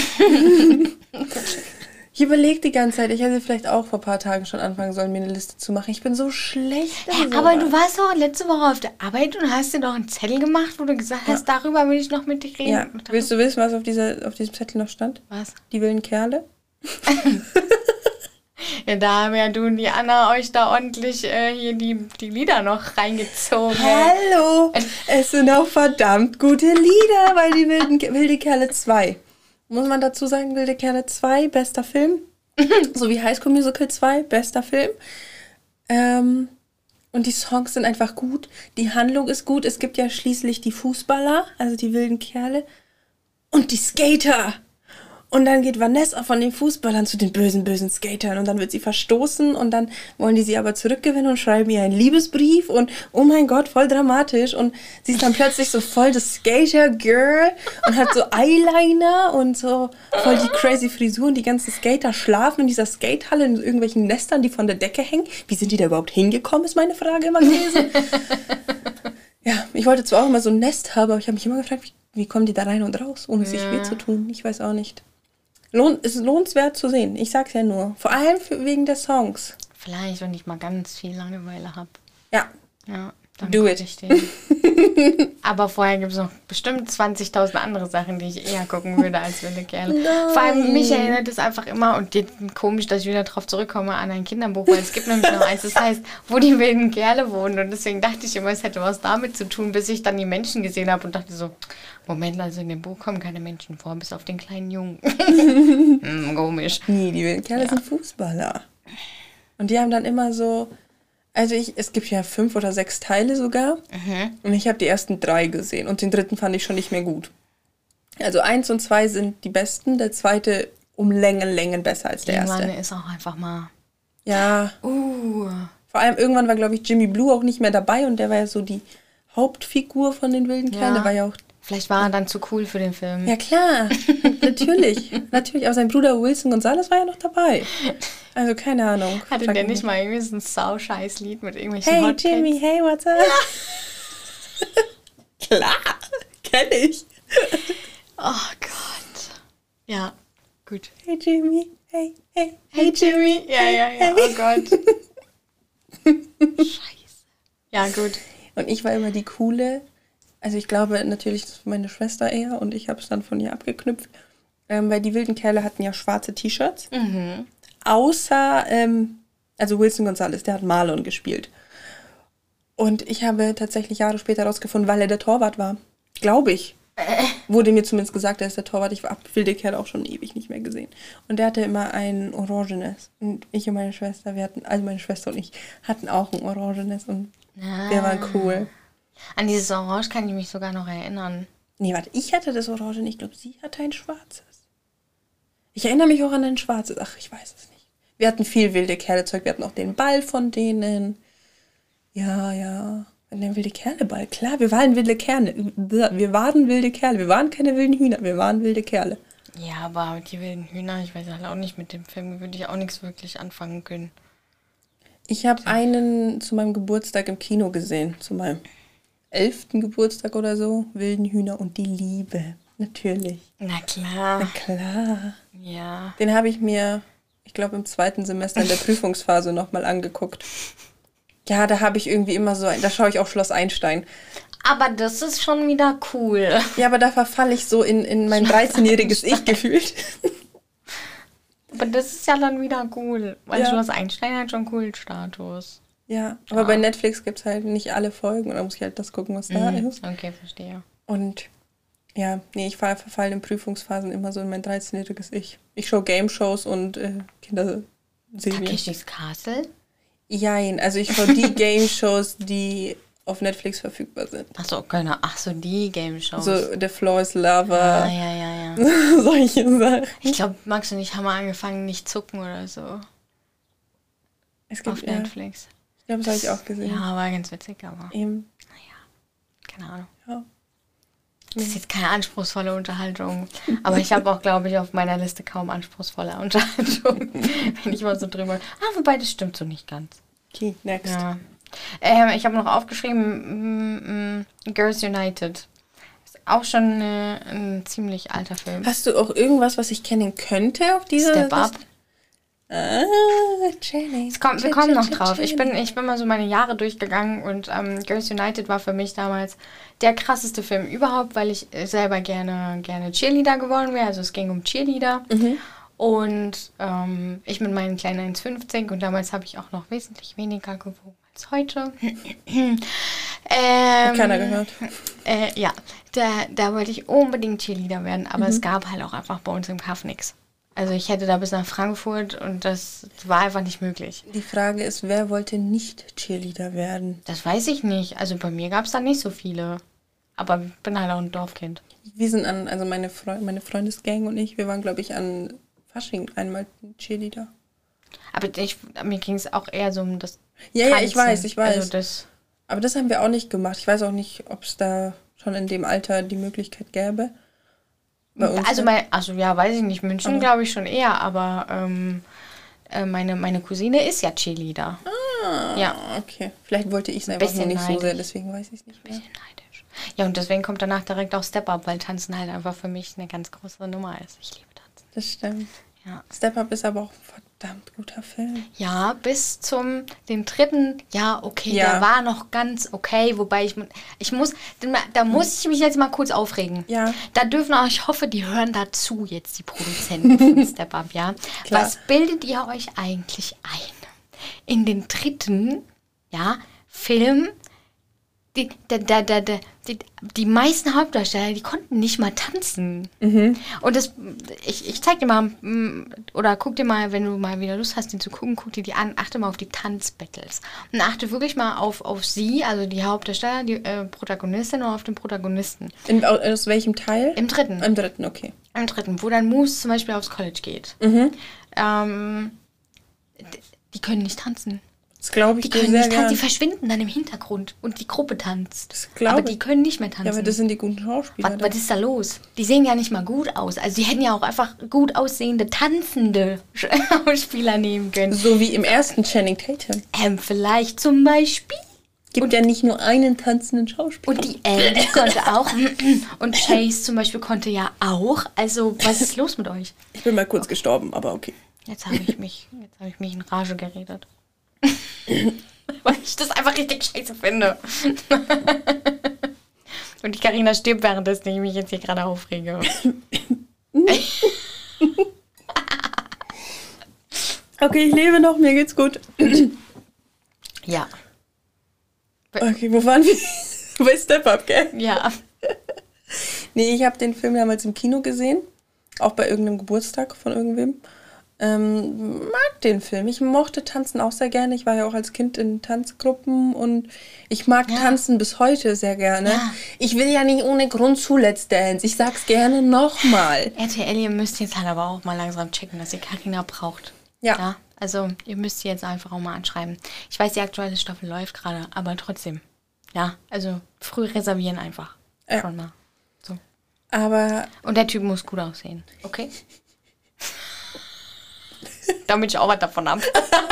Speaker 1: Ich überlege die ganze Zeit, ich hätte vielleicht auch vor ein paar Tagen schon anfangen sollen, mir eine Liste zu machen. Ich bin so schlecht.
Speaker 2: Aber du warst doch letzte Woche auf der Arbeit und hast dir doch einen Zettel gemacht, wo du gesagt hast, darüber will ich noch mit dir reden.
Speaker 1: Ja, willst du wissen, was auf diesem Zettel noch stand?
Speaker 2: Was?
Speaker 1: Die wilden Kerle.
Speaker 2: Ja, da haben ja du und die Anna euch da ordentlich hier die Lieder noch reingezogen.
Speaker 1: Hallo! Es sind auch verdammt gute Lieder, weil die Wilde Kerle 2. Muss man dazu sagen, Wilde Kerle 2, bester Film. So wie High School Musical 2, bester Film. Und die Songs sind einfach gut. Die Handlung ist gut. Es gibt ja schließlich die Fußballer, also die wilden Kerle. Und die Skater. Und dann geht Vanessa von den Fußballern zu den bösen Skatern und dann wird sie verstoßen und dann wollen die sie aber zurückgewinnen und schreiben ihr einen Liebesbrief und oh mein Gott, voll dramatisch und sie ist dann plötzlich so voll das Skater-Girl und hat so Eyeliner und so voll die crazy Frisuren. Die ganzen Skater schlafen in dieser Skatehalle in irgendwelchen Nestern, die von der Decke hängen. Wie sind die da überhaupt hingekommen, ist meine Frage immer gewesen. Ja, ich wollte zwar auch immer so ein Nest haben, aber ich habe mich immer gefragt, wie kommen die da rein und raus, ohne sich weh zu tun. Ich weiß auch nicht. Es ist lohnenswert zu sehen. Ich sag's ja nur. Vor allem wegen der Songs.
Speaker 2: Vielleicht, wenn ich mal ganz viel Langeweile habe.
Speaker 1: Ja.
Speaker 2: Ja, dann
Speaker 1: Do
Speaker 2: guck
Speaker 1: it.
Speaker 2: ich den. Aber vorher gibt es noch bestimmt 20.000 andere Sachen, die ich eher gucken würde als Wilde Kerle.
Speaker 1: Nein.
Speaker 2: Vor allem mich erinnert es einfach immer, und jetzt komisch, dass ich wieder drauf zurückkomme, an ein Kinderbuch, weil es gibt nämlich noch eins, das heißt, wo die wilden Kerle wohnen. Und deswegen dachte ich immer, es hätte was damit zu tun, bis ich dann die Menschen gesehen habe und dachte so, Moment, also in dem Buch kommen keine Menschen vor, bis auf den kleinen Jungen. Komisch.
Speaker 1: Nee, die wilden Kerle sind Fußballer. Und die haben dann immer so... Also es gibt ja 5 oder 6 Teile sogar. Und ich habe die ersten 3 gesehen. Und den 3. fand ich schon nicht mehr gut. Also 1 und 2 sind die besten. Der 2. um Längen besser als der erste.
Speaker 2: Irgendwann ist auch einfach mal...
Speaker 1: Ja. Vor allem irgendwann war, glaube ich, Jimmy Blue auch nicht mehr dabei. Und der war ja so die Hauptfigur von den wilden Kerlen. Der war ja auch...
Speaker 2: Vielleicht war er dann zu cool für den Film.
Speaker 1: Ja klar, natürlich. Aber sein Bruder Wilson Gonzalez war ja noch dabei. Also keine Ahnung.
Speaker 2: Hatte der nicht mal irgendwie so ein Sau-Scheiß-Lied mit irgendwelchen
Speaker 1: Hey
Speaker 2: Hotcakes?
Speaker 1: Jimmy, hey, what's up? Klar, kenn ich.
Speaker 2: Oh Gott. Ja, gut.
Speaker 1: Hey Jimmy, hey, hey,
Speaker 2: Hey Jimmy. Ja, oh Gott. Scheiße. Ja, gut.
Speaker 1: Und ich war immer die Coole. Also ich glaube natürlich, das war meine Schwester eher und ich habe es dann von ihr abgeknüpft. Weil die wilden Kerle hatten ja schwarze T-Shirts. Außer, also Wilson Gonzalez, der hat Marlon gespielt. Und ich habe tatsächlich Jahre später herausgefunden, weil er der Torwart war. Glaube ich. Wurde mir zumindest gesagt, er ist der Torwart. Ich habe wilde Kerle auch schon ewig nicht mehr gesehen. Und der hatte immer ein orangenes. Und ich und meine Schwester, meine Schwester und ich hatten auch ein orangenes. Und wir waren cool.
Speaker 2: An dieses Orange kann ich mich sogar noch erinnern.
Speaker 1: Nee, warte, ich hatte das Orange nicht. Ich glaube, sie hatte ein schwarzes. Ich erinnere mich auch an ein schwarzes. Ach, ich weiß es nicht. Wir hatten viel wilde Kerle-Zeug. Wir hatten auch den Ball von denen. Ja. Der wilde Kerle-Ball. Klar, wir waren wilde Kerle. Wir waren wilde Kerle. Wir waren keine wilden Hühner. Wir waren wilde Kerle.
Speaker 2: Ja, aber die wilden Hühner, ich weiß halt auch nicht, mit dem Film würde ich auch nichts wirklich anfangen können.
Speaker 1: Ich habe einen zu meinem Geburtstag im Kino gesehen. Zu meinem 11. Geburtstag oder so. Wilden Hühner und die Liebe. Natürlich.
Speaker 2: Na klar.
Speaker 1: Na klar.
Speaker 2: Ja.
Speaker 1: Den habe ich mir, ich glaube, im 2. Semester in der Prüfungsphase nochmal angeguckt. Ja, da habe ich irgendwie immer so, da schaue ich auch Schloss Einstein.
Speaker 2: Aber das ist schon wieder cool.
Speaker 1: Ja, aber da verfalle ich so in mein 13-jähriges Ich gefühlt.
Speaker 2: Aber das ist ja dann wieder cool. Weil
Speaker 1: Ja.
Speaker 2: Schloss Einstein hat schon coolen Status.
Speaker 1: Ja, aber bei Netflix gibt es halt nicht alle Folgen und da muss ich halt das gucken, was da ist.
Speaker 2: Okay, verstehe.
Speaker 1: Und ja, nee, ich verfalle in Prüfungsphasen immer so in mein 13-jähriges Ich. Ich schaue Game-Shows und Kinderserien.
Speaker 2: Takeshis Castle?
Speaker 1: Jein, also ich schaue die Game-Shows, die auf Netflix verfügbar sind.
Speaker 2: Achso, keine. Achso, die Game-Shows.
Speaker 1: So The Floor is Lava.
Speaker 2: Ja.
Speaker 1: Solche Sachen.
Speaker 2: Ich glaube, Max und ich haben mal angefangen, nicht zucken oder so.
Speaker 1: Es gibt
Speaker 2: Auf Netflix.
Speaker 1: Ich glaube, das habe ich auch gesehen.
Speaker 2: Ja, war ganz witzig, aber
Speaker 1: Eben.
Speaker 2: keine Ahnung.
Speaker 1: Ja.
Speaker 2: Das ist jetzt keine anspruchsvolle Unterhaltung. Aber ich habe auch, glaube ich, auf meiner Liste kaum anspruchsvolle Unterhaltung. Wenn ich mal so drüber... wobei, das stimmt so nicht ganz.
Speaker 1: Okay, next.
Speaker 2: Ja. Ich habe noch aufgeschrieben, Girls United. Ist auch schon ein ziemlich alter Film.
Speaker 1: Hast du auch irgendwas, was ich kennen könnte auf dieser
Speaker 2: Step Up.
Speaker 1: Jenny.
Speaker 2: Wir kommen noch drauf. Ich bin mal so meine Jahre durchgegangen und Girls United war für mich damals der krasseste Film überhaupt, weil ich selber gerne Cheerleader geworden wäre. Also es ging um Cheerleader. Und ich mit meinen kleinen 1,50 und damals habe ich auch noch wesentlich weniger gewogen als heute.
Speaker 1: Hat keiner gehört.
Speaker 2: Ja, da wollte ich unbedingt Cheerleader werden, aber es gab halt auch einfach bei uns im Kaff nichts. Also ich hätte da bis nach Frankfurt und das war einfach nicht möglich.
Speaker 1: Die Frage ist, wer wollte nicht Cheerleader werden?
Speaker 2: Das weiß ich nicht. Also bei mir gab es da nicht so viele. Aber ich bin halt auch ein Dorfkind.
Speaker 1: Wir sind also meine Freundesgang und ich, wir waren, glaube ich, an Fasching einmal Cheerleader.
Speaker 2: Aber mir ging es auch eher so um das
Speaker 1: Ja,
Speaker 2: Tanzen.
Speaker 1: ich weiß.
Speaker 2: Also
Speaker 1: Aber das haben wir auch nicht gemacht. Ich weiß auch nicht, ob es da schon in dem Alter die Möglichkeit gäbe. Bei uns
Speaker 2: ja, weiß ich nicht. München glaube ich schon eher, aber meine Cousine ist ja Cheerleader. Ja.
Speaker 1: Okay. Vielleicht wollte ich es einfach nur nicht so sehr,
Speaker 2: neidisch.
Speaker 1: deswegen weiß ich es nicht mehr.
Speaker 2: Bisschen neidisch. Ja, und deswegen kommt danach direkt auch Step Up, weil Tanzen halt einfach für mich eine ganz große Nummer ist. Ich liebe Tanzen.
Speaker 1: Das stimmt.
Speaker 2: Ja.
Speaker 1: Step Up ist aber auch ein verdammt guter Film.
Speaker 2: Ja, bis den 3. Ja, okay,
Speaker 1: Ja.
Speaker 2: der war noch ganz okay, wobei da muss ich mich jetzt mal kurz aufregen.
Speaker 1: Ja.
Speaker 2: Da dürfen auch, ich hoffe, die hören dazu jetzt, die Produzenten von Step Up, ja.
Speaker 1: Klar.
Speaker 2: Was bildet ihr euch eigentlich ein? In den 3. Film, die meisten Hauptdarsteller, die konnten nicht mal tanzen. Und ich zeig dir mal, oder guck dir mal, wenn du mal wieder Lust hast, den zu gucken, guck dir die an, achte mal auf die Tanzbattles. Und achte wirklich mal auf sie, also die Hauptdarsteller, die Protagonistin und auf den Protagonisten.
Speaker 1: Aus welchem Teil?
Speaker 2: Im 3.
Speaker 1: Im 3., okay.
Speaker 2: Im 3., wo dann Moose zum Beispiel aufs College geht. Die können nicht tanzen.
Speaker 1: Das glaube ich
Speaker 2: Die
Speaker 1: dir
Speaker 2: können
Speaker 1: sehr
Speaker 2: nicht tanzen, die
Speaker 1: gern.
Speaker 2: verschwinden dann im Hintergrund und die Gruppe tanzt.
Speaker 1: Das glaube
Speaker 2: Aber
Speaker 1: ich.
Speaker 2: die können nicht mehr tanzen.
Speaker 1: Ja, aber das sind die guten Schauspieler.
Speaker 2: Was ist da los? Die sehen ja nicht mal gut aus. Also die hätten ja auch einfach gut aussehende, tanzende Schauspieler nehmen können.
Speaker 1: So wie im ersten Channing Tatum.
Speaker 2: Vielleicht zum Beispiel.
Speaker 1: Gibt ja nicht nur einen tanzenden Schauspieler.
Speaker 2: Und die Ellie konnte auch. Und Chase zum Beispiel konnte ja auch. Also was ist los mit euch?
Speaker 1: Ich bin mal kurz gestorben, aber okay.
Speaker 2: Jetzt habe ich mich in Rage geredet. Weil ich das einfach richtig scheiße finde. Und die Carina stirbt, währenddessen ich mich jetzt hier gerade aufrege.
Speaker 1: Okay, ich lebe noch, mir geht's gut.
Speaker 2: Ja.
Speaker 1: Okay, wo waren wir? Bei Step Up, gell?
Speaker 2: Ja.
Speaker 1: Nee, ich habe den Film damals im Kino gesehen. Auch bei irgendeinem Geburtstag von irgendwem. Mag den Film. Ich mochte Tanzen auch sehr gerne. Ich war ja auch als Kind in Tanzgruppen und ich mag Tanzen bis heute sehr gerne.
Speaker 2: Ja.
Speaker 1: Ich will ja nicht ohne Grund zu Let's Dance. Ich sag's gerne nochmal.
Speaker 2: RTL, ihr müsst jetzt halt aber auch mal langsam checken, dass ihr Carina braucht.
Speaker 1: Ja.
Speaker 2: Also, ihr müsst sie jetzt einfach auch mal anschreiben. Ich weiß, die aktuelle Staffel läuft gerade, aber trotzdem. Ja, also früh reservieren einfach.
Speaker 1: Ja.
Speaker 2: Schon mal. So.
Speaker 1: Aber
Speaker 2: Und der Typ muss gut aussehen. Okay? Damit ich auch was davon habe.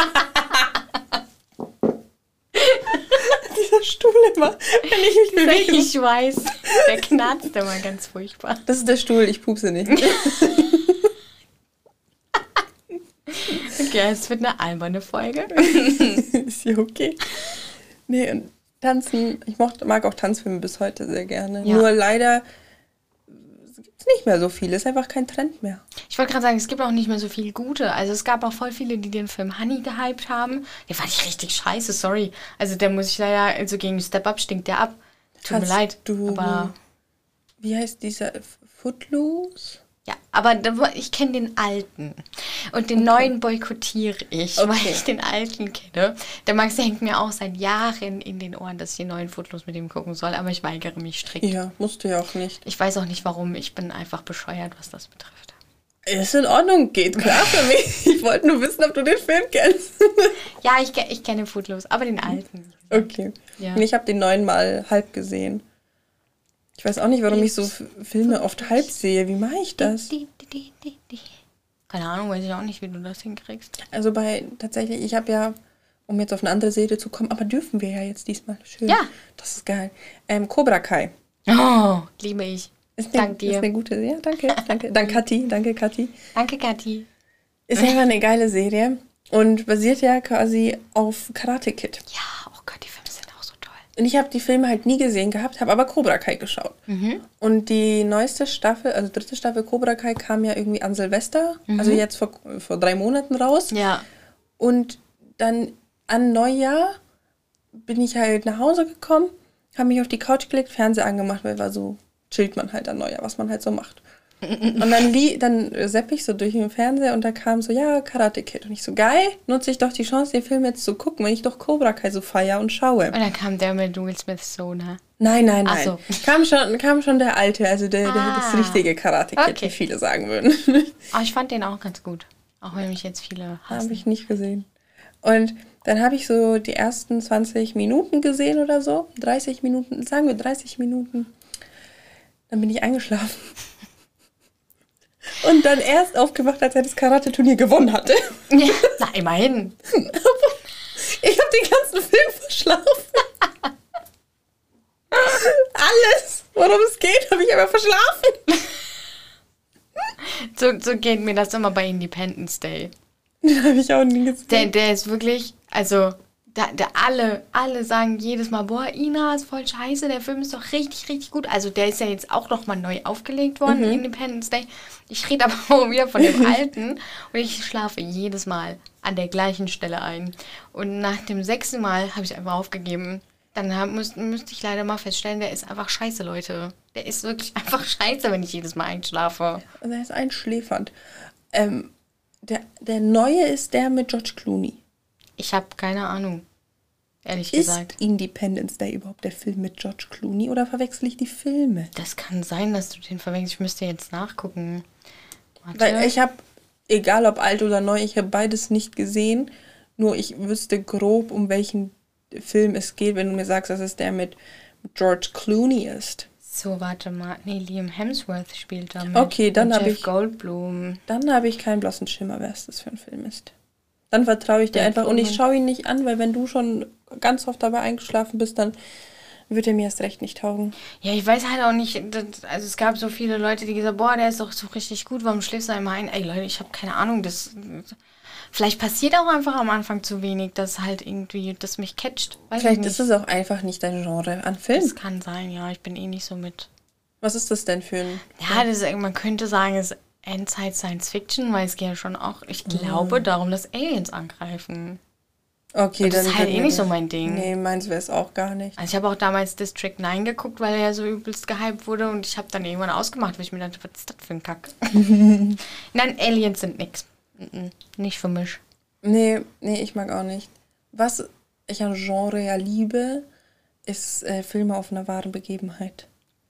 Speaker 1: dieser Stuhl immer, wenn ich mich bewege.
Speaker 2: Ich weiß. Der knarzt immer ganz furchtbar.
Speaker 1: Das ist der Stuhl, ich pupse nicht.
Speaker 2: Okay, es wird eine alberne Folge.
Speaker 1: Ist ja okay. Nee, und Tanzen, ich mag auch Tanzfilme bis heute sehr gerne.
Speaker 2: Ja.
Speaker 1: Nur leider gibt es nicht mehr so viele. Ist einfach kein Trend mehr.
Speaker 2: Ich wollte gerade sagen, es gibt auch nicht mehr so viel gute. Also es gab auch voll viele, die den Film Honey gehypt haben. Den fand ich richtig scheiße, sorry. Also der muss ich leider, also gegen Step Up stinkt der ab. Tut mir leid. Aber
Speaker 1: Wie heißt dieser? Footloose?
Speaker 2: ja, aber ich kenne den alten. Und den neuen boykottiere ich, weil ich den alten kenne. Der Max hängt mir auch seit Jahren in den Ohren, dass ich den neuen Footloose mit ihm gucken soll. Aber ich weigere mich strikt.
Speaker 1: Ja, musst du ja auch nicht.
Speaker 2: Ich weiß auch nicht, warum. Ich bin einfach bescheuert, was das betrifft.
Speaker 1: Ist in Ordnung, geht klar für mich. Ich wollte nur wissen, ob du den Film kennst.
Speaker 2: Ja, ich kenne Footloose, aber den alten.
Speaker 1: Okay.
Speaker 2: Ja.
Speaker 1: Und ich habe den 9-mal halb gesehen. Ich weiß auch nicht, warum ich so Filme oft halb sehe. Wie mache ich das?
Speaker 2: Keine Ahnung, weiß ich auch nicht, wie du das hinkriegst.
Speaker 1: Also tatsächlich, ich habe ja, um jetzt auf eine andere Serie zu kommen, aber dürfen wir ja jetzt diesmal. Schön.
Speaker 2: Ja.
Speaker 1: Das ist geil. Cobra Kai.
Speaker 2: Oh, liebe ich.
Speaker 1: Dank dir. Ist eine gute Serie. Danke. Danke, Kathi. Danke, Kathi.
Speaker 2: Danke, Kathi.
Speaker 1: Ist einfach eine geile Serie und basiert ja quasi auf Karate Kid.
Speaker 2: Ja, oh Gott, die Filme sind auch so toll.
Speaker 1: Und ich habe die Filme halt nie gesehen gehabt, habe aber Cobra Kai geschaut. Und die neueste Staffel, also 3. Staffel Cobra Kai kam ja irgendwie an Silvester, also jetzt vor 3 Monaten raus.
Speaker 2: Ja.
Speaker 1: Und dann an Neujahr bin ich halt nach Hause gekommen, habe mich auf die Couch gelegt, Fernseher angemacht, weil war so, chillt man halt an Neujahr, was man halt so macht. Und dann sepp ich so durch den Fernseher und da kam so, ja, Karate Kid. Und ich so, geil, nutze ich doch die Chance, den Film jetzt zu gucken, wenn ich doch Cobra Kai so feier und schaue.
Speaker 2: Und dann kam der mit Will Smiths Sohn, ne?
Speaker 1: Nein.
Speaker 2: Ach so.
Speaker 1: Kam schon der alte, also das richtige Karate Kid,
Speaker 2: Okay.
Speaker 1: wie viele sagen würden.
Speaker 2: Aber ich fand den auch ganz gut. Auch wenn mich jetzt viele hassen.
Speaker 1: Habe ich nicht gesehen. Und dann habe ich so die ersten 20 Minuten gesehen oder so. 30 Minuten, sagen wir 30 Minuten. Dann bin ich eingeschlafen. Und dann erst aufgewacht, als er das Karate-Turnier gewonnen hatte.
Speaker 2: Na, immerhin.
Speaker 1: Ich habe den ganzen Film verschlafen. Alles, worum es geht, habe ich aber verschlafen.
Speaker 2: So geht mir das immer bei Independence Day.
Speaker 1: Den habe ich auch nie gesehen.
Speaker 2: Der ist wirklich, also, alle sagen jedes Mal, boah, Ina ist voll scheiße, der Film ist doch richtig, richtig gut. Also der ist ja jetzt auch nochmal neu aufgelegt worden, Independence Day. Ich rede aber auch wieder von dem alten und ich schlafe jedes Mal an der gleichen Stelle ein. Und nach dem 6. Mal habe ich einfach aufgegeben. Dann müsste ich leider mal feststellen, der ist einfach scheiße, Leute. Der ist wirklich einfach scheiße, wenn ich jedes Mal einschlafe.
Speaker 1: Also er ist einschläfernd. Der neue ist der mit George Clooney.
Speaker 2: Ich habe keine Ahnung, ehrlich
Speaker 1: Ist
Speaker 2: gesagt.
Speaker 1: Independence Day überhaupt der Film mit George Clooney oder verwechsel ich die Filme?
Speaker 2: Das kann sein, dass du den verwechselst. Ich müsste jetzt nachgucken. Warte.
Speaker 1: Weil ich habe, egal ob alt oder neu, ich habe beides nicht gesehen. Nur ich wüsste grob, um welchen Film es geht, wenn du mir sagst, dass es der mit George Clooney ist.
Speaker 2: So, warte mal. Nee, Liam Hemsworth spielt da mit.
Speaker 1: Okay, dann habe ich...
Speaker 2: Goldblum.
Speaker 1: Dann habe ich keinen blassen Schimmer, wer es das für ein Film ist. Dann vertraue ich dir einfach und ich schaue ihn nicht an, weil wenn du schon ganz oft dabei eingeschlafen bist, dann wird er mir erst recht nicht taugen.
Speaker 2: Ja, ich weiß halt auch nicht, also es gab so viele Leute, die gesagt haben, boah, der ist doch so richtig gut, warum schläfst du einmal ein? Ey Leute, ich habe keine Ahnung, vielleicht passiert auch einfach am Anfang zu wenig, dass halt irgendwie das mich catcht.
Speaker 1: Vielleicht ist es auch einfach nicht dein Genre an Film.
Speaker 2: Das kann sein, ja, ich bin eh nicht so mit.
Speaker 1: Was ist das denn für ein...
Speaker 2: Ja, man könnte sagen, es ist Endzeit Science Fiction, weil es geht ja schon auch, ich glaube, darum, dass Aliens angreifen.
Speaker 1: Okay,
Speaker 2: das ist halt eh nicht so mein Ding.
Speaker 1: Nee, meins wäre es auch gar nicht.
Speaker 2: Also ich habe auch damals District 9 geguckt, weil er ja so übelst gehypt wurde und ich habe dann irgendwann ausgemacht, weil ich mir dachte, was ist das für ein Kack? Nein, Aliens sind nix. Nicht für mich.
Speaker 1: Nee, ich mag auch nicht. Was ich an Genre ja liebe, ist Filme auf einer wahren Begebenheit.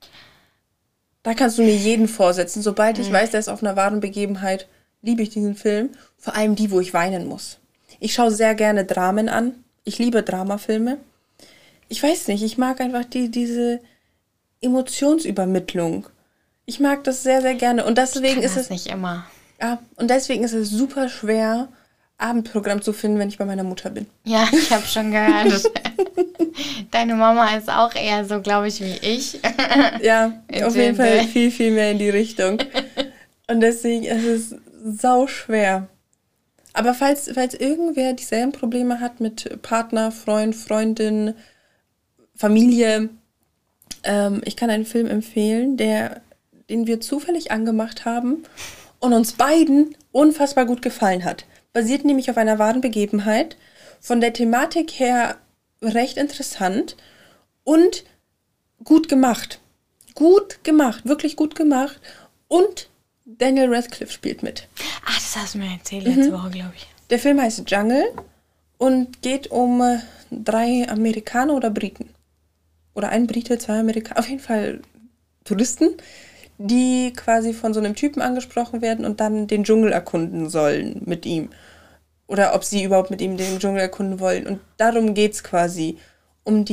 Speaker 1: Da kannst du mir jeden vorsetzen. Sobald ich weiß, der ist auf einer wahren Begebenheit, liebe ich diesen Film. Vor allem die, wo ich weinen muss. Ich schaue sehr gerne Dramen an. Ich liebe Dramafilme. Ich weiß nicht, ich mag einfach diese Emotionsübermittlung. Ich mag das sehr, sehr gerne. Und deswegen ist es
Speaker 2: nicht immer.
Speaker 1: Ja, und deswegen ist es super schwer, Abendprogramm zu finden, wenn ich bei meiner Mutter bin.
Speaker 2: Ja, ich habe schon gehört. Deine Mama ist auch eher so, glaube ich, wie ich.
Speaker 1: Ja, auf jeden Fall viel, viel mehr in die Richtung. Und deswegen ist es sau schwer. Aber falls irgendwer dieselben Probleme hat mit Partner, Freund, Freundin, Familie, ich kann einen Film empfehlen, den wir zufällig angemacht haben und uns beiden unfassbar gut gefallen hat. Basiert nämlich auf einer wahren Begebenheit, von der Thematik her recht interessant und gut gemacht. Gut gemacht, wirklich gut gemacht. Und Daniel Radcliffe spielt mit.
Speaker 2: Ach, das hast du mir erzählt letzte Woche, glaube ich.
Speaker 1: Der Film heißt Jungle und geht um 3 Amerikaner oder Briten. Oder ein Brite, 2 Amerikaner, auf jeden Fall Touristen, die quasi von so einem Typen angesprochen werden und dann den Dschungel erkunden sollen mit ihm. Oder ob sie überhaupt mit ihm den Dschungel erkunden wollen. Und darum geht's quasi. Um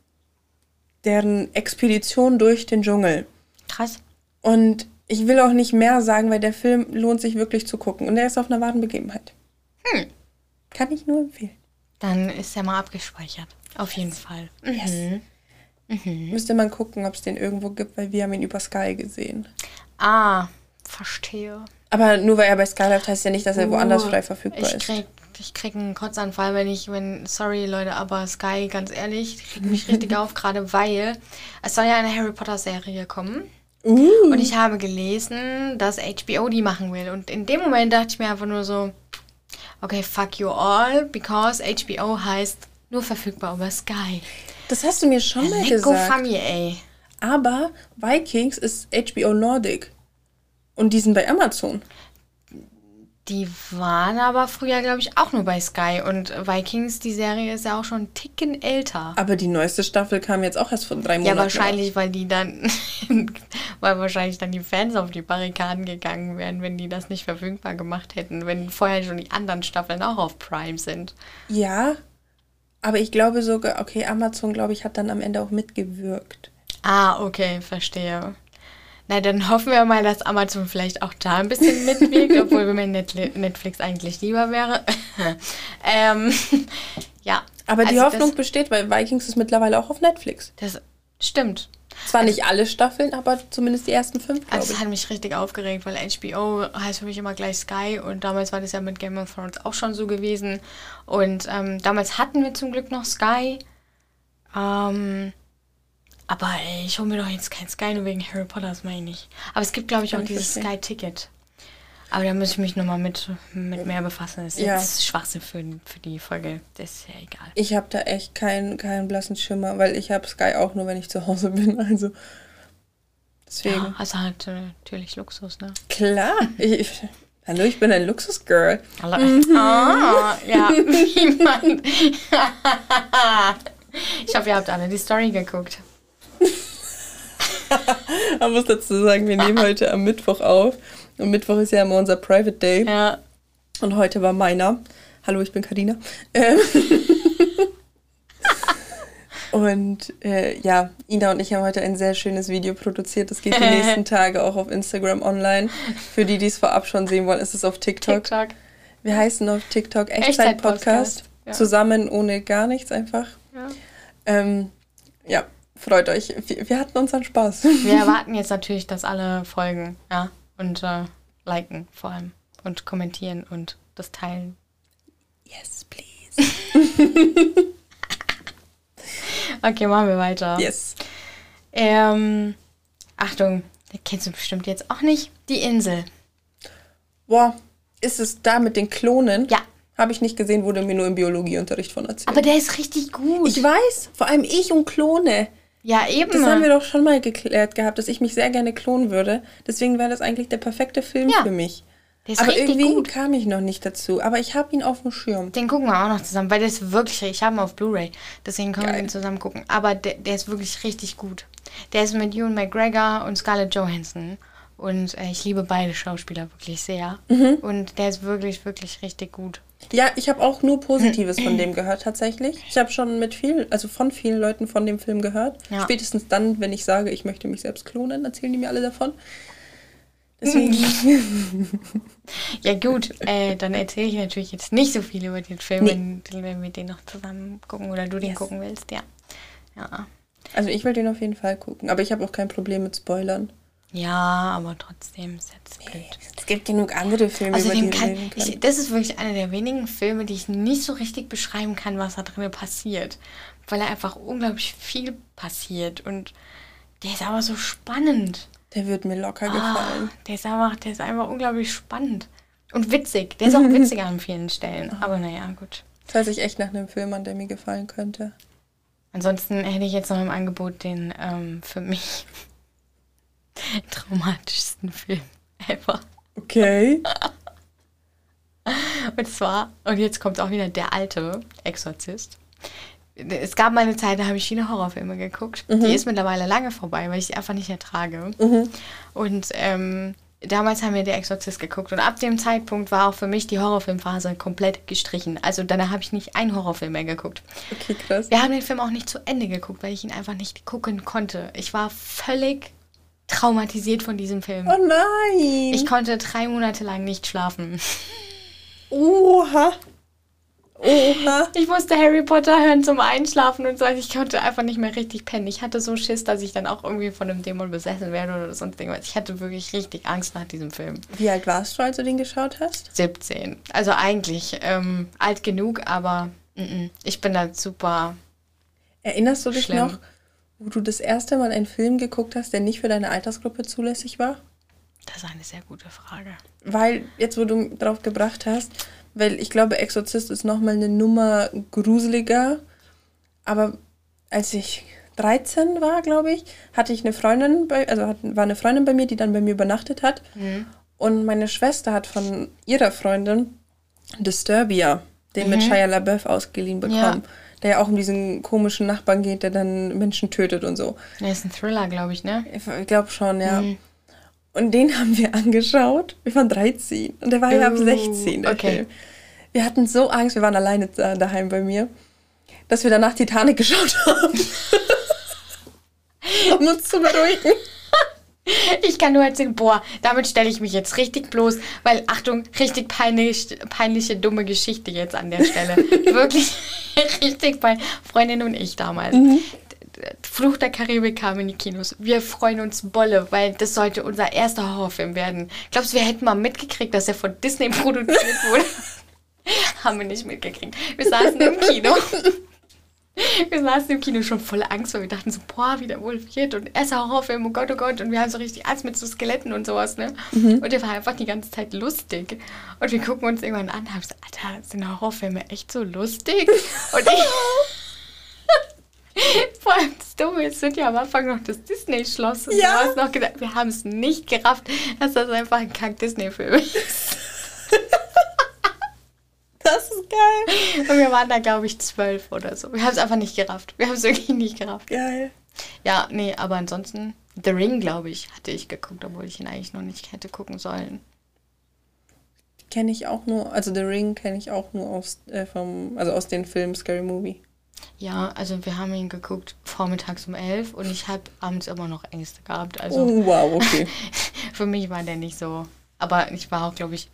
Speaker 1: deren Expedition durch den Dschungel.
Speaker 2: Krass.
Speaker 1: Und ich will auch nicht mehr sagen, weil der Film lohnt sich wirklich zu gucken. Und der ist auf einer wahren Begebenheit. Kann ich nur empfehlen.
Speaker 2: Dann ist er mal abgespeichert. Auf jeden Fall.
Speaker 1: Yes. Müsste man gucken, ob es den irgendwo gibt, weil wir haben ihn über Sky gesehen.
Speaker 2: Ah, verstehe.
Speaker 1: Aber nur weil er bei Sky läuft, heißt ja nicht, dass er woanders frei verfügbar ist.
Speaker 2: Ich krieg einen Kotzanfall, sorry Leute, aber Sky, ganz ehrlich, regt mich richtig auf, gerade weil es soll ja eine Harry Potter Serie kommen. Und ich habe gelesen, dass HBO die machen will. Und in dem Moment dachte ich mir einfach nur so, okay, fuck you all, because HBO heißt nur verfügbar über Sky.
Speaker 1: Das hast du mir schon mal gesagt.
Speaker 2: Familie, ey.
Speaker 1: Aber Vikings ist HBO Nordic. Und die sind bei Amazon.
Speaker 2: Die waren aber früher, glaube ich, auch nur bei Sky. Und Vikings, die Serie ist ja auch schon einen Ticken älter.
Speaker 1: Aber die neueste Staffel kam jetzt auch erst vor 3 Monaten.
Speaker 2: Ja, wahrscheinlich, weil wahrscheinlich dann die Fans auf die Barrikaden gegangen wären, wenn die das nicht verfügbar gemacht hätten. Wenn vorher schon die anderen Staffeln auch auf Prime sind.
Speaker 1: Ja, aber ich glaube sogar, okay, Amazon, glaube ich, hat dann am Ende auch mitgewirkt.
Speaker 2: Ah, okay, verstehe. Na, dann hoffen wir mal, dass Amazon vielleicht auch da ein bisschen mitwirkt, obwohl mir Netflix eigentlich lieber wäre. Ja.
Speaker 1: Aber die Hoffnung besteht, weil Vikings ist mittlerweile auch auf Netflix.
Speaker 2: Das stimmt.
Speaker 1: Zwar nicht alle Staffeln, aber zumindest die ersten 5, glaube ich.
Speaker 2: Das hat mich richtig aufgeregt, weil HBO heißt für mich immer gleich Sky und damals war das ja mit Game of Thrones auch schon so gewesen. Und damals hatten wir zum Glück noch Sky. Aber ey, ich hole mir doch jetzt kein Sky, nur wegen Harry Potter, das meine ich. Aber es gibt, glaube ich, auch dieses Sky-Ticket. Aber da muss ich mich nochmal mit mehr befassen. Das ist jetzt Schwachsinn für die Folge. Das ist ja egal.
Speaker 1: Ich habe da echt keinen blassen Schimmer, weil ich habe Sky auch nur, wenn ich zu Hause bin. Also deswegen.
Speaker 2: Ja, also halt natürlich Luxus, ne?
Speaker 1: Klar. Hallo, ich bin ein Luxusgirl.
Speaker 2: Ja, wie man... Ich hoffe, ihr habt alle die Story geguckt.
Speaker 1: Man muss dazu sagen, wir nehmen heute am Mittwoch auf. Und Mittwoch ist ja immer unser Private Day.
Speaker 2: Ja.
Speaker 1: Und heute war meiner. Hallo, ich bin Carina. Und ja, Ina und ich haben heute ein sehr schönes Video produziert. Das geht die nächsten Tage auch auf Instagram online. Für die, die es vorab schon sehen wollen, ist es auf TikTok. Wir heißen auf TikTok Echtzeit-Podcast. Ja. Zusammen, ohne gar nichts einfach. Ja, freut euch. Wir hatten unseren Spaß.
Speaker 2: Wir erwarten jetzt natürlich, dass alle folgen, ja, und liken vor allem und kommentieren und das teilen.
Speaker 1: Yes, please.
Speaker 2: Okay, machen wir weiter.
Speaker 1: Yes.
Speaker 2: Achtung, den kennst du bestimmt jetzt auch nicht. Die Insel.
Speaker 1: Boah, ist es da mit den Klonen?
Speaker 2: Ja.
Speaker 1: Habe ich nicht gesehen, wurde mir nur im Biologieunterricht von erzählt.
Speaker 2: Aber der ist richtig gut.
Speaker 1: Ich weiß, vor allem ich und Klone.
Speaker 2: Ja, eben.
Speaker 1: Das haben wir doch schon mal geklärt gehabt, dass ich mich sehr gerne klonen würde. Deswegen wäre das eigentlich der perfekte Film für mich.
Speaker 2: Der ist
Speaker 1: aber
Speaker 2: richtig
Speaker 1: irgendwie
Speaker 2: gut.
Speaker 1: kam ich noch nicht dazu. Aber ich habe ihn auf dem Schirm.
Speaker 2: Den gucken wir auch noch zusammen, weil der ist wirklich, ich habe ihn auf Blu-ray, deswegen können wir ihn zusammen gucken. Aber der ist wirklich richtig gut. Der ist mit Ewan McGregor und Scarlett Johansson. Und ich liebe beide Schauspieler wirklich sehr. Und der ist wirklich, wirklich richtig gut.
Speaker 1: Ja, ich habe auch nur Positives von dem gehört, tatsächlich. Ich habe schon von vielen Leuten von dem Film gehört. Ja. Spätestens dann, wenn ich sage, ich möchte mich selbst klonen, erzählen die mir alle davon. Deswegen.
Speaker 2: Ja gut, dann erzähle ich natürlich jetzt nicht so viel über den Film, wenn wir den noch zusammen gucken oder du den gucken willst, ja.
Speaker 1: Also ich will den auf jeden Fall gucken, aber ich habe auch kein Problem mit Spoilern.
Speaker 2: Ja, aber trotzdem ist jetzt blöd.
Speaker 1: Es gibt genug andere Filme, über die wir reden können.
Speaker 2: Das ist wirklich einer der wenigen Filme, die ich nicht so richtig beschreiben kann, was da drin passiert. Weil da einfach unglaublich viel passiert und der ist aber so spannend.
Speaker 1: Der wird mir locker gefallen.
Speaker 2: Der ist einfach unglaublich spannend. Und witzig. Der ist auch witziger an vielen Stellen. Aber naja, gut.
Speaker 1: Das hört sich echt nach einem Film an, der mir gefallen könnte.
Speaker 2: Ansonsten hätte ich jetzt noch im Angebot den für mich traumatischsten Film ever.
Speaker 1: Okay.
Speaker 2: Und jetzt kommt auch wieder der alte Exorzist. Es gab mal eine Zeit, da habe ich viele Horrorfilme geguckt. Die ist mittlerweile lange vorbei, weil ich sie einfach nicht ertrage. Und damals haben wir Der Exorzist geguckt. Und ab dem Zeitpunkt war auch für mich die Horrorfilmphase komplett gestrichen. Also danach habe ich nicht einen Horrorfilm mehr geguckt.
Speaker 1: Okay, krass.
Speaker 2: Wir haben den Film auch nicht zu Ende geguckt, weil ich ihn einfach nicht gucken konnte. Ich war völlig traumatisiert von diesem Film.
Speaker 1: Oh nein!
Speaker 2: Ich konnte 3 Monate lang nicht schlafen.
Speaker 1: Oha!
Speaker 2: Ich musste Harry Potter hören zum Einschlafen und so. Ich konnte einfach nicht mehr richtig pennen. Ich hatte so Schiss, dass ich dann auch irgendwie von einem Dämon besessen werde oder sonst irgendwas. Ich hatte wirklich richtig Angst nach diesem Film.
Speaker 1: Wie alt warst du, als du den geschaut hast?
Speaker 2: 17. Also eigentlich alt genug, aber ich bin da super.
Speaker 1: Erinnerst du dich noch, wo du das erste Mal einen Film geguckt hast, der nicht für deine Altersgruppe zulässig war?
Speaker 2: Das ist eine sehr gute Frage.
Speaker 1: Weil, jetzt wo du drauf gebracht hast, weil ich glaube, Exorzist ist nochmal eine Nummer gruseliger. Aber als ich 13 war, glaube ich, hatte ich eine Freundin, war eine Freundin bei mir, die dann bei mir übernachtet hat. Und meine Schwester hat von ihrer Freundin Disturbia, den mit Shia LaBeouf ausgeliehen bekommen. Ja. Der ja auch um diesen komischen Nachbarn geht, der dann Menschen tötet und so.
Speaker 2: Der ist ein Thriller, glaube ich, ne?
Speaker 1: Ich glaube schon, ja. Und den haben wir angeschaut. Wir waren 13 und der war ja ab 16, der Film. Wir hatten so Angst, wir waren alleine daheim bei mir, dass wir danach Titanic geschaut haben. Um uns zu beruhigen.
Speaker 2: Ich kann nur erzählen, damit stelle ich mich jetzt richtig bloß, weil, Achtung, richtig peinliche, dumme Geschichte jetzt an der Stelle. Wirklich richtig peinlich. Freundin und ich damals. Fluch der Karibik kam in die Kinos. Wir freuen uns Bolle, weil das sollte unser erster Horrorfilm werden. Glaubst du, wir hätten mal mitgekriegt, dass er von Disney produziert wurde? Haben wir nicht mitgekriegt. Wir saßen im Kino. Wir saßen im Kino schon voller Angst, weil wir dachten so, wie der wohl wird und erster Horrorfilm, oh Gott, oh Gott. Und wir haben so richtig Angst mit so Skeletten und sowas, ne? Und der war einfach die ganze Zeit lustig. Und wir gucken uns irgendwann an und haben so, Alter, sind Horrorfilme echt so lustig? Und vor allem das Dumme ist, sind ja am Anfang noch das Disney-Schloss. Und
Speaker 1: ja.
Speaker 2: Du hast noch gedacht, wir haben es nicht gerafft, dass das einfach ein Kack-Disney-Film ist.
Speaker 1: Das ist geil.
Speaker 2: Und wir waren da, glaube ich, 12 oder so. Wir haben es einfach nicht gerafft. Wir haben es wirklich nicht gerafft.
Speaker 1: Geil.
Speaker 2: Ja, nee, aber ansonsten, The Ring, glaube ich, hatte ich geguckt, obwohl ich ihn eigentlich noch nicht hätte gucken sollen.
Speaker 1: kenne ich auch nur, also The Ring kenne ich auch nur aus den Filmen Scary Movie.
Speaker 2: Ja, also wir haben ihn geguckt vormittags um 11 und ich habe abends immer noch Ängste gehabt. Also
Speaker 1: Oh, wow, okay.
Speaker 2: für mich war der nicht so. Aber ich war auch, glaube ich,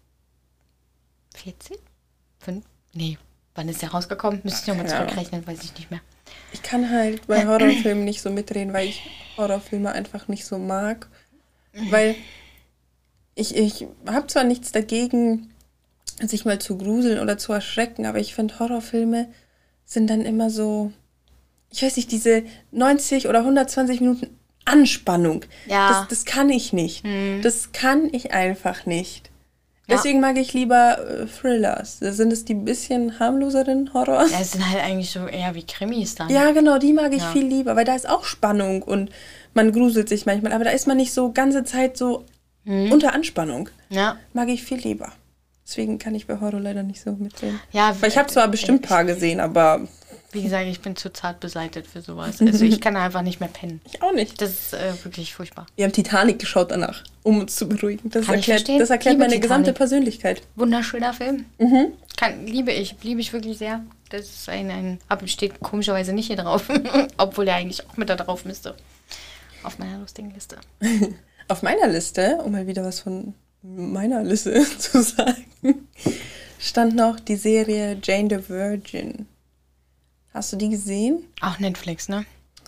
Speaker 2: 14? 5? Nee, wann ist der rausgekommen? Müsste ich nochmal zurückrechnen, weiß ich nicht mehr.
Speaker 1: Ich kann halt bei Horrorfilmen nicht so mitreden, weil ich Horrorfilme einfach nicht so mag. Weil ich habe zwar nichts dagegen, sich mal zu gruseln oder zu erschrecken, aber ich finde, Horrorfilme sind dann immer so, ich weiß nicht, diese 90 oder 120 Minuten Anspannung.
Speaker 2: Ja.
Speaker 1: Das kann ich nicht. Das kann ich einfach nicht. Deswegen mag ich lieber Thrillers. Sind es die bisschen harmloseren Horrors?
Speaker 2: Ja, es sind halt eigentlich so eher wie Krimis dann.
Speaker 1: Ja, genau, die mag ich viel lieber, weil da ist auch Spannung und man gruselt sich manchmal, aber da ist man nicht so ganze Zeit so unter Anspannung.
Speaker 2: Ja.
Speaker 1: Mag ich viel lieber. Deswegen kann ich bei Horror leider nicht so mitreden.
Speaker 2: Ja,
Speaker 1: weil ich habe zwar bestimmt ein paar gesehen, aber...
Speaker 2: Wie gesagt, ich bin zu zart beseitigt für sowas. Also ich kann einfach nicht mehr pennen.
Speaker 1: Ich auch nicht.
Speaker 2: Das ist wirklich furchtbar.
Speaker 1: Wir haben Titanic geschaut danach, um uns zu beruhigen. Das
Speaker 2: Kann
Speaker 1: erklärt meine
Speaker 2: Titanic.
Speaker 1: gesamte Persönlichkeit.
Speaker 2: Wunderschöner Film. Liebe ich wirklich sehr. Das ist aber steht komischerweise nicht hier drauf. Obwohl er eigentlich auch mit da drauf müsste. Auf meiner lustigen Liste.
Speaker 1: Auf meiner Liste, um mal wieder was von meiner Liste zu sagen, stand noch die Serie Jane the Virgin. Hast du die gesehen?
Speaker 2: Auch Netflix, ne?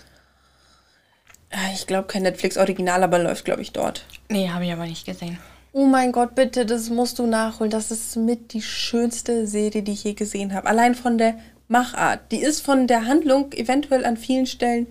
Speaker 1: Ich glaube kein Netflix-Original, aber läuft, glaube ich, dort.
Speaker 2: Nee, habe ich aber nicht gesehen.
Speaker 1: Oh mein Gott, bitte, das musst du nachholen. Das ist mit die schönste Serie, die ich je gesehen habe. Allein von der Machart. Die ist von der Handlung eventuell an vielen Stellen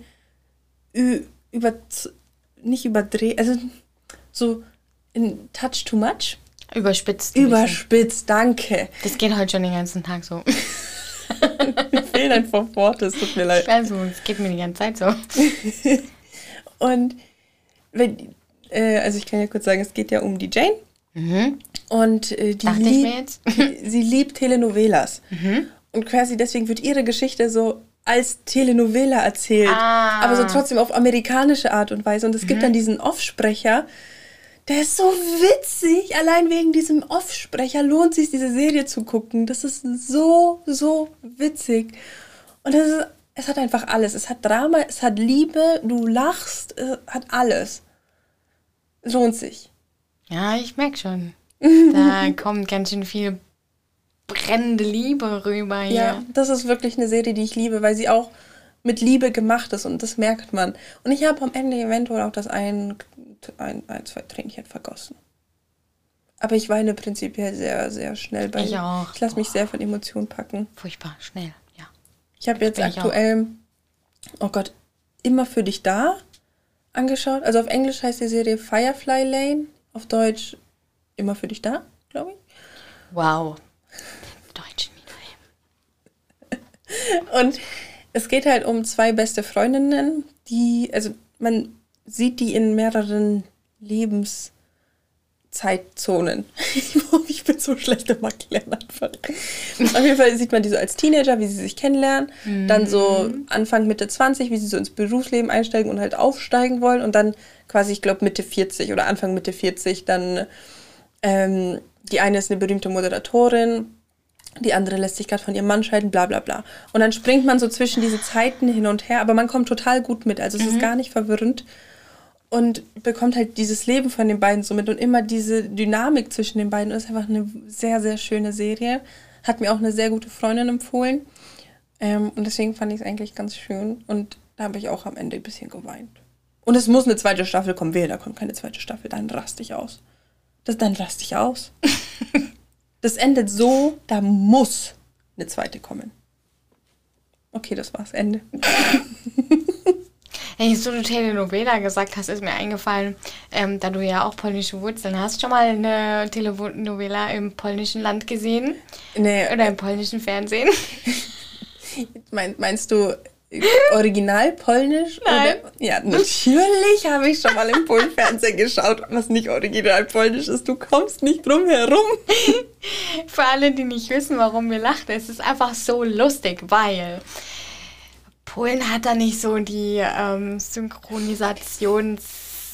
Speaker 1: nicht überdreht, also so in touch too much.
Speaker 2: Überspitzt.
Speaker 1: Überspitzt, danke.
Speaker 2: Das geht heute schon den ganzen Tag so.
Speaker 1: Mir fehlen einfach Worte, es tut mir leid.
Speaker 2: Also, es geht mir die ganze Zeit so.
Speaker 1: Und also ich kann ja kurz sagen, es geht ja um die Jane. Und sie liebt Telenovelas. Und quasi deswegen wird ihre Geschichte so als Telenovela erzählt, aber so trotzdem auf amerikanische Art und Weise. Und es gibt dann diesen Offsprecher, der ist so witzig. Allein wegen diesem Offsprecher lohnt sich diese Serie zu gucken. Das ist so, so witzig. Und es hat einfach alles. Es hat Drama, es hat Liebe, du lachst, es hat alles. Es lohnt sich.
Speaker 2: Ja, ich merke schon. Da kommt ganz schön viel brennende Liebe rüber hier.
Speaker 1: Ja, das ist wirklich eine Serie, die ich liebe, weil sie auch mit Liebe gemacht ist und das merkt man. Und ich habe am Ende eventuell auch das zwei Tränchen vergossen. Aber ich weine prinzipiell sehr, sehr schnell.
Speaker 2: Ich auch.
Speaker 1: Ich lasse mich sehr von Emotionen packen.
Speaker 2: Furchtbar, schnell, ja.
Speaker 1: Ich habe jetzt aktuell, oh Gott, Immer für dich da angeschaut. Also auf Englisch heißt die Serie Firefly Lane, auf Deutsch Immer für dich da, glaube ich.
Speaker 2: Wow. Deutsch
Speaker 1: wieder. Und es geht halt um zwei beste Freundinnen, also man sieht die in mehreren Lebenszeitzonen. Ich bin so schlecht im Erklären einfach. Auf jeden Fall sieht man die so als Teenager, wie sie sich kennenlernen. Dann so Anfang, Mitte 20, wie sie so ins Berufsleben einsteigen und halt aufsteigen wollen. Und dann quasi, ich glaube, Mitte 40 oder Anfang Mitte 40 dann die eine ist eine berühmte Moderatorin, die andere lässt sich gerade von ihrem Mann scheiden, bla bla bla. Und dann springt man so zwischen diese Zeiten hin und her, aber man kommt total gut mit. Also es ist gar nicht verwirrend. Und bekommt halt dieses Leben von den beiden so mit und immer diese Dynamik zwischen den beiden. Das ist einfach eine sehr, sehr schöne Serie. Hat mir auch eine sehr gute Freundin empfohlen. Und deswegen fand ich es eigentlich ganz schön. Und da habe ich auch am Ende ein bisschen geweint. Und es muss eine zweite Staffel kommen. Wehe, da kommt keine zweite Staffel. Dann raste ich aus. Dann raste ich aus. Das endet so, da muss eine zweite kommen. Okay, das war's. Ende.
Speaker 2: Wenn du Telenovela gesagt hast, ist mir eingefallen, da du ja auch polnische Wurzeln hast, schon mal eine Telenovela im polnischen Land gesehen?
Speaker 1: Nee.
Speaker 2: Oder im polnischen Fernsehen?
Speaker 1: Meinst du original polnisch?
Speaker 2: Nein.
Speaker 1: Oder? Ja, natürlich habe ich schon mal im Polen-Fernsehen geschaut, was nicht original polnisch ist. Du kommst nicht drum herum.
Speaker 2: Für alle, die nicht wissen, warum wir lachen, es ist einfach so lustig, weil Polen hat da nicht so die Synchronisations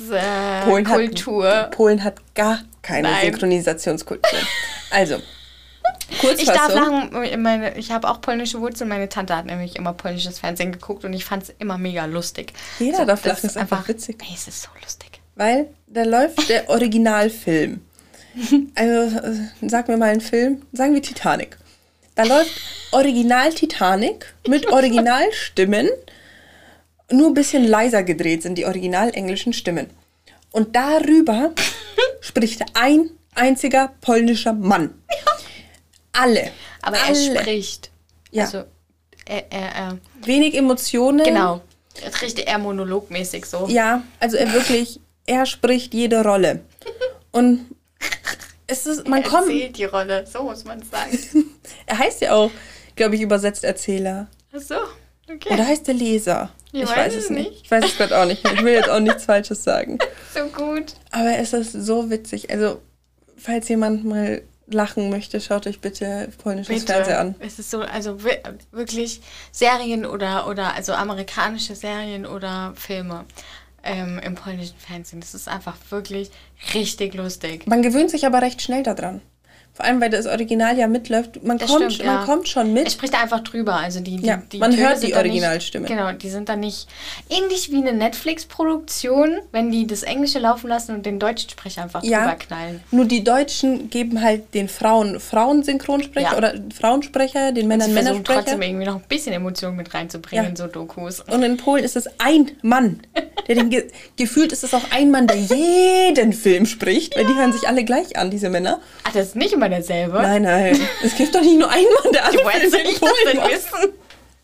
Speaker 2: Kultur.
Speaker 1: Polen hat gar keine Synchronisationskultur. Also,
Speaker 2: Ich darf lachen, ich habe auch polnische Wurzeln. Meine Tante hat nämlich immer polnisches Fernsehen geguckt und ich fand es immer mega lustig.
Speaker 1: Jeder darf lachen, ist einfach witzig.
Speaker 2: Ey, es ist so lustig.
Speaker 1: Weil da läuft der Originalfilm. Also, sag mir mal einen Film. Sagen wir Titanic. Da läuft Original Titanic mit Originalstimmen. Nur ein bisschen leiser gedreht sind die original englischen Stimmen. Und darüber spricht ein einziger polnischer Mann. Alle.
Speaker 2: Aber er spricht.
Speaker 1: Ja.
Speaker 2: Also, er
Speaker 1: wenig Emotionen.
Speaker 2: Genau. Das richtig eher monologmäßig so.
Speaker 1: Ja, also er spricht jede Rolle. Und man kommt.
Speaker 2: Er erzählt die Rolle, so muss man es sagen.
Speaker 1: Er heißt ja auch, glaube ich, übersetzt Erzähler.
Speaker 2: Ach so, okay.
Speaker 1: Oder heißt der Leser?
Speaker 2: Ich weiß es nicht.
Speaker 1: Ich weiß es gerade auch nicht. Ich will jetzt auch nichts Falsches sagen.
Speaker 2: So gut.
Speaker 1: Aber es ist so witzig. Also, falls jemand mal lachen möchte, schaut euch bitte polnisches Fernsehen an.
Speaker 2: Es ist so, also wirklich Serien oder also amerikanische Serien oder Filme im polnischen Fernsehen. Das ist einfach wirklich richtig lustig.
Speaker 1: Man gewöhnt sich aber recht schnell daran. Vor allem, weil das Original ja mitläuft. Man kommt schon mit.
Speaker 2: Er spricht da einfach drüber. Also die
Speaker 1: man hört die Originalstimme.
Speaker 2: Genau, die sind dann nicht ähnlich wie eine Netflix-Produktion, wenn die das Englische laufen lassen und den deutschen Sprecher einfach drüber knallen.
Speaker 1: Nur die Deutschen geben halt den Frauen Frauensynchronsprecher oder Frauensprecher, den Männern Männersprecher.
Speaker 2: Und trotzdem irgendwie noch ein bisschen Emotion mit reinzubringen in so Dokus.
Speaker 1: Und in Polen ist es ein Mann. Gefühlt ist es auch ein Mann, der jeden Film spricht, weil die hören sich alle gleich an, diese Männer.
Speaker 2: Ach, das ist nicht immer derselbe?
Speaker 1: Nein. Es gibt doch nicht nur einen Mann, der alle Filme in Polen macht. Wissen?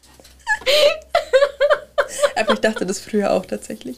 Speaker 1: Aber ich dachte das früher auch tatsächlich.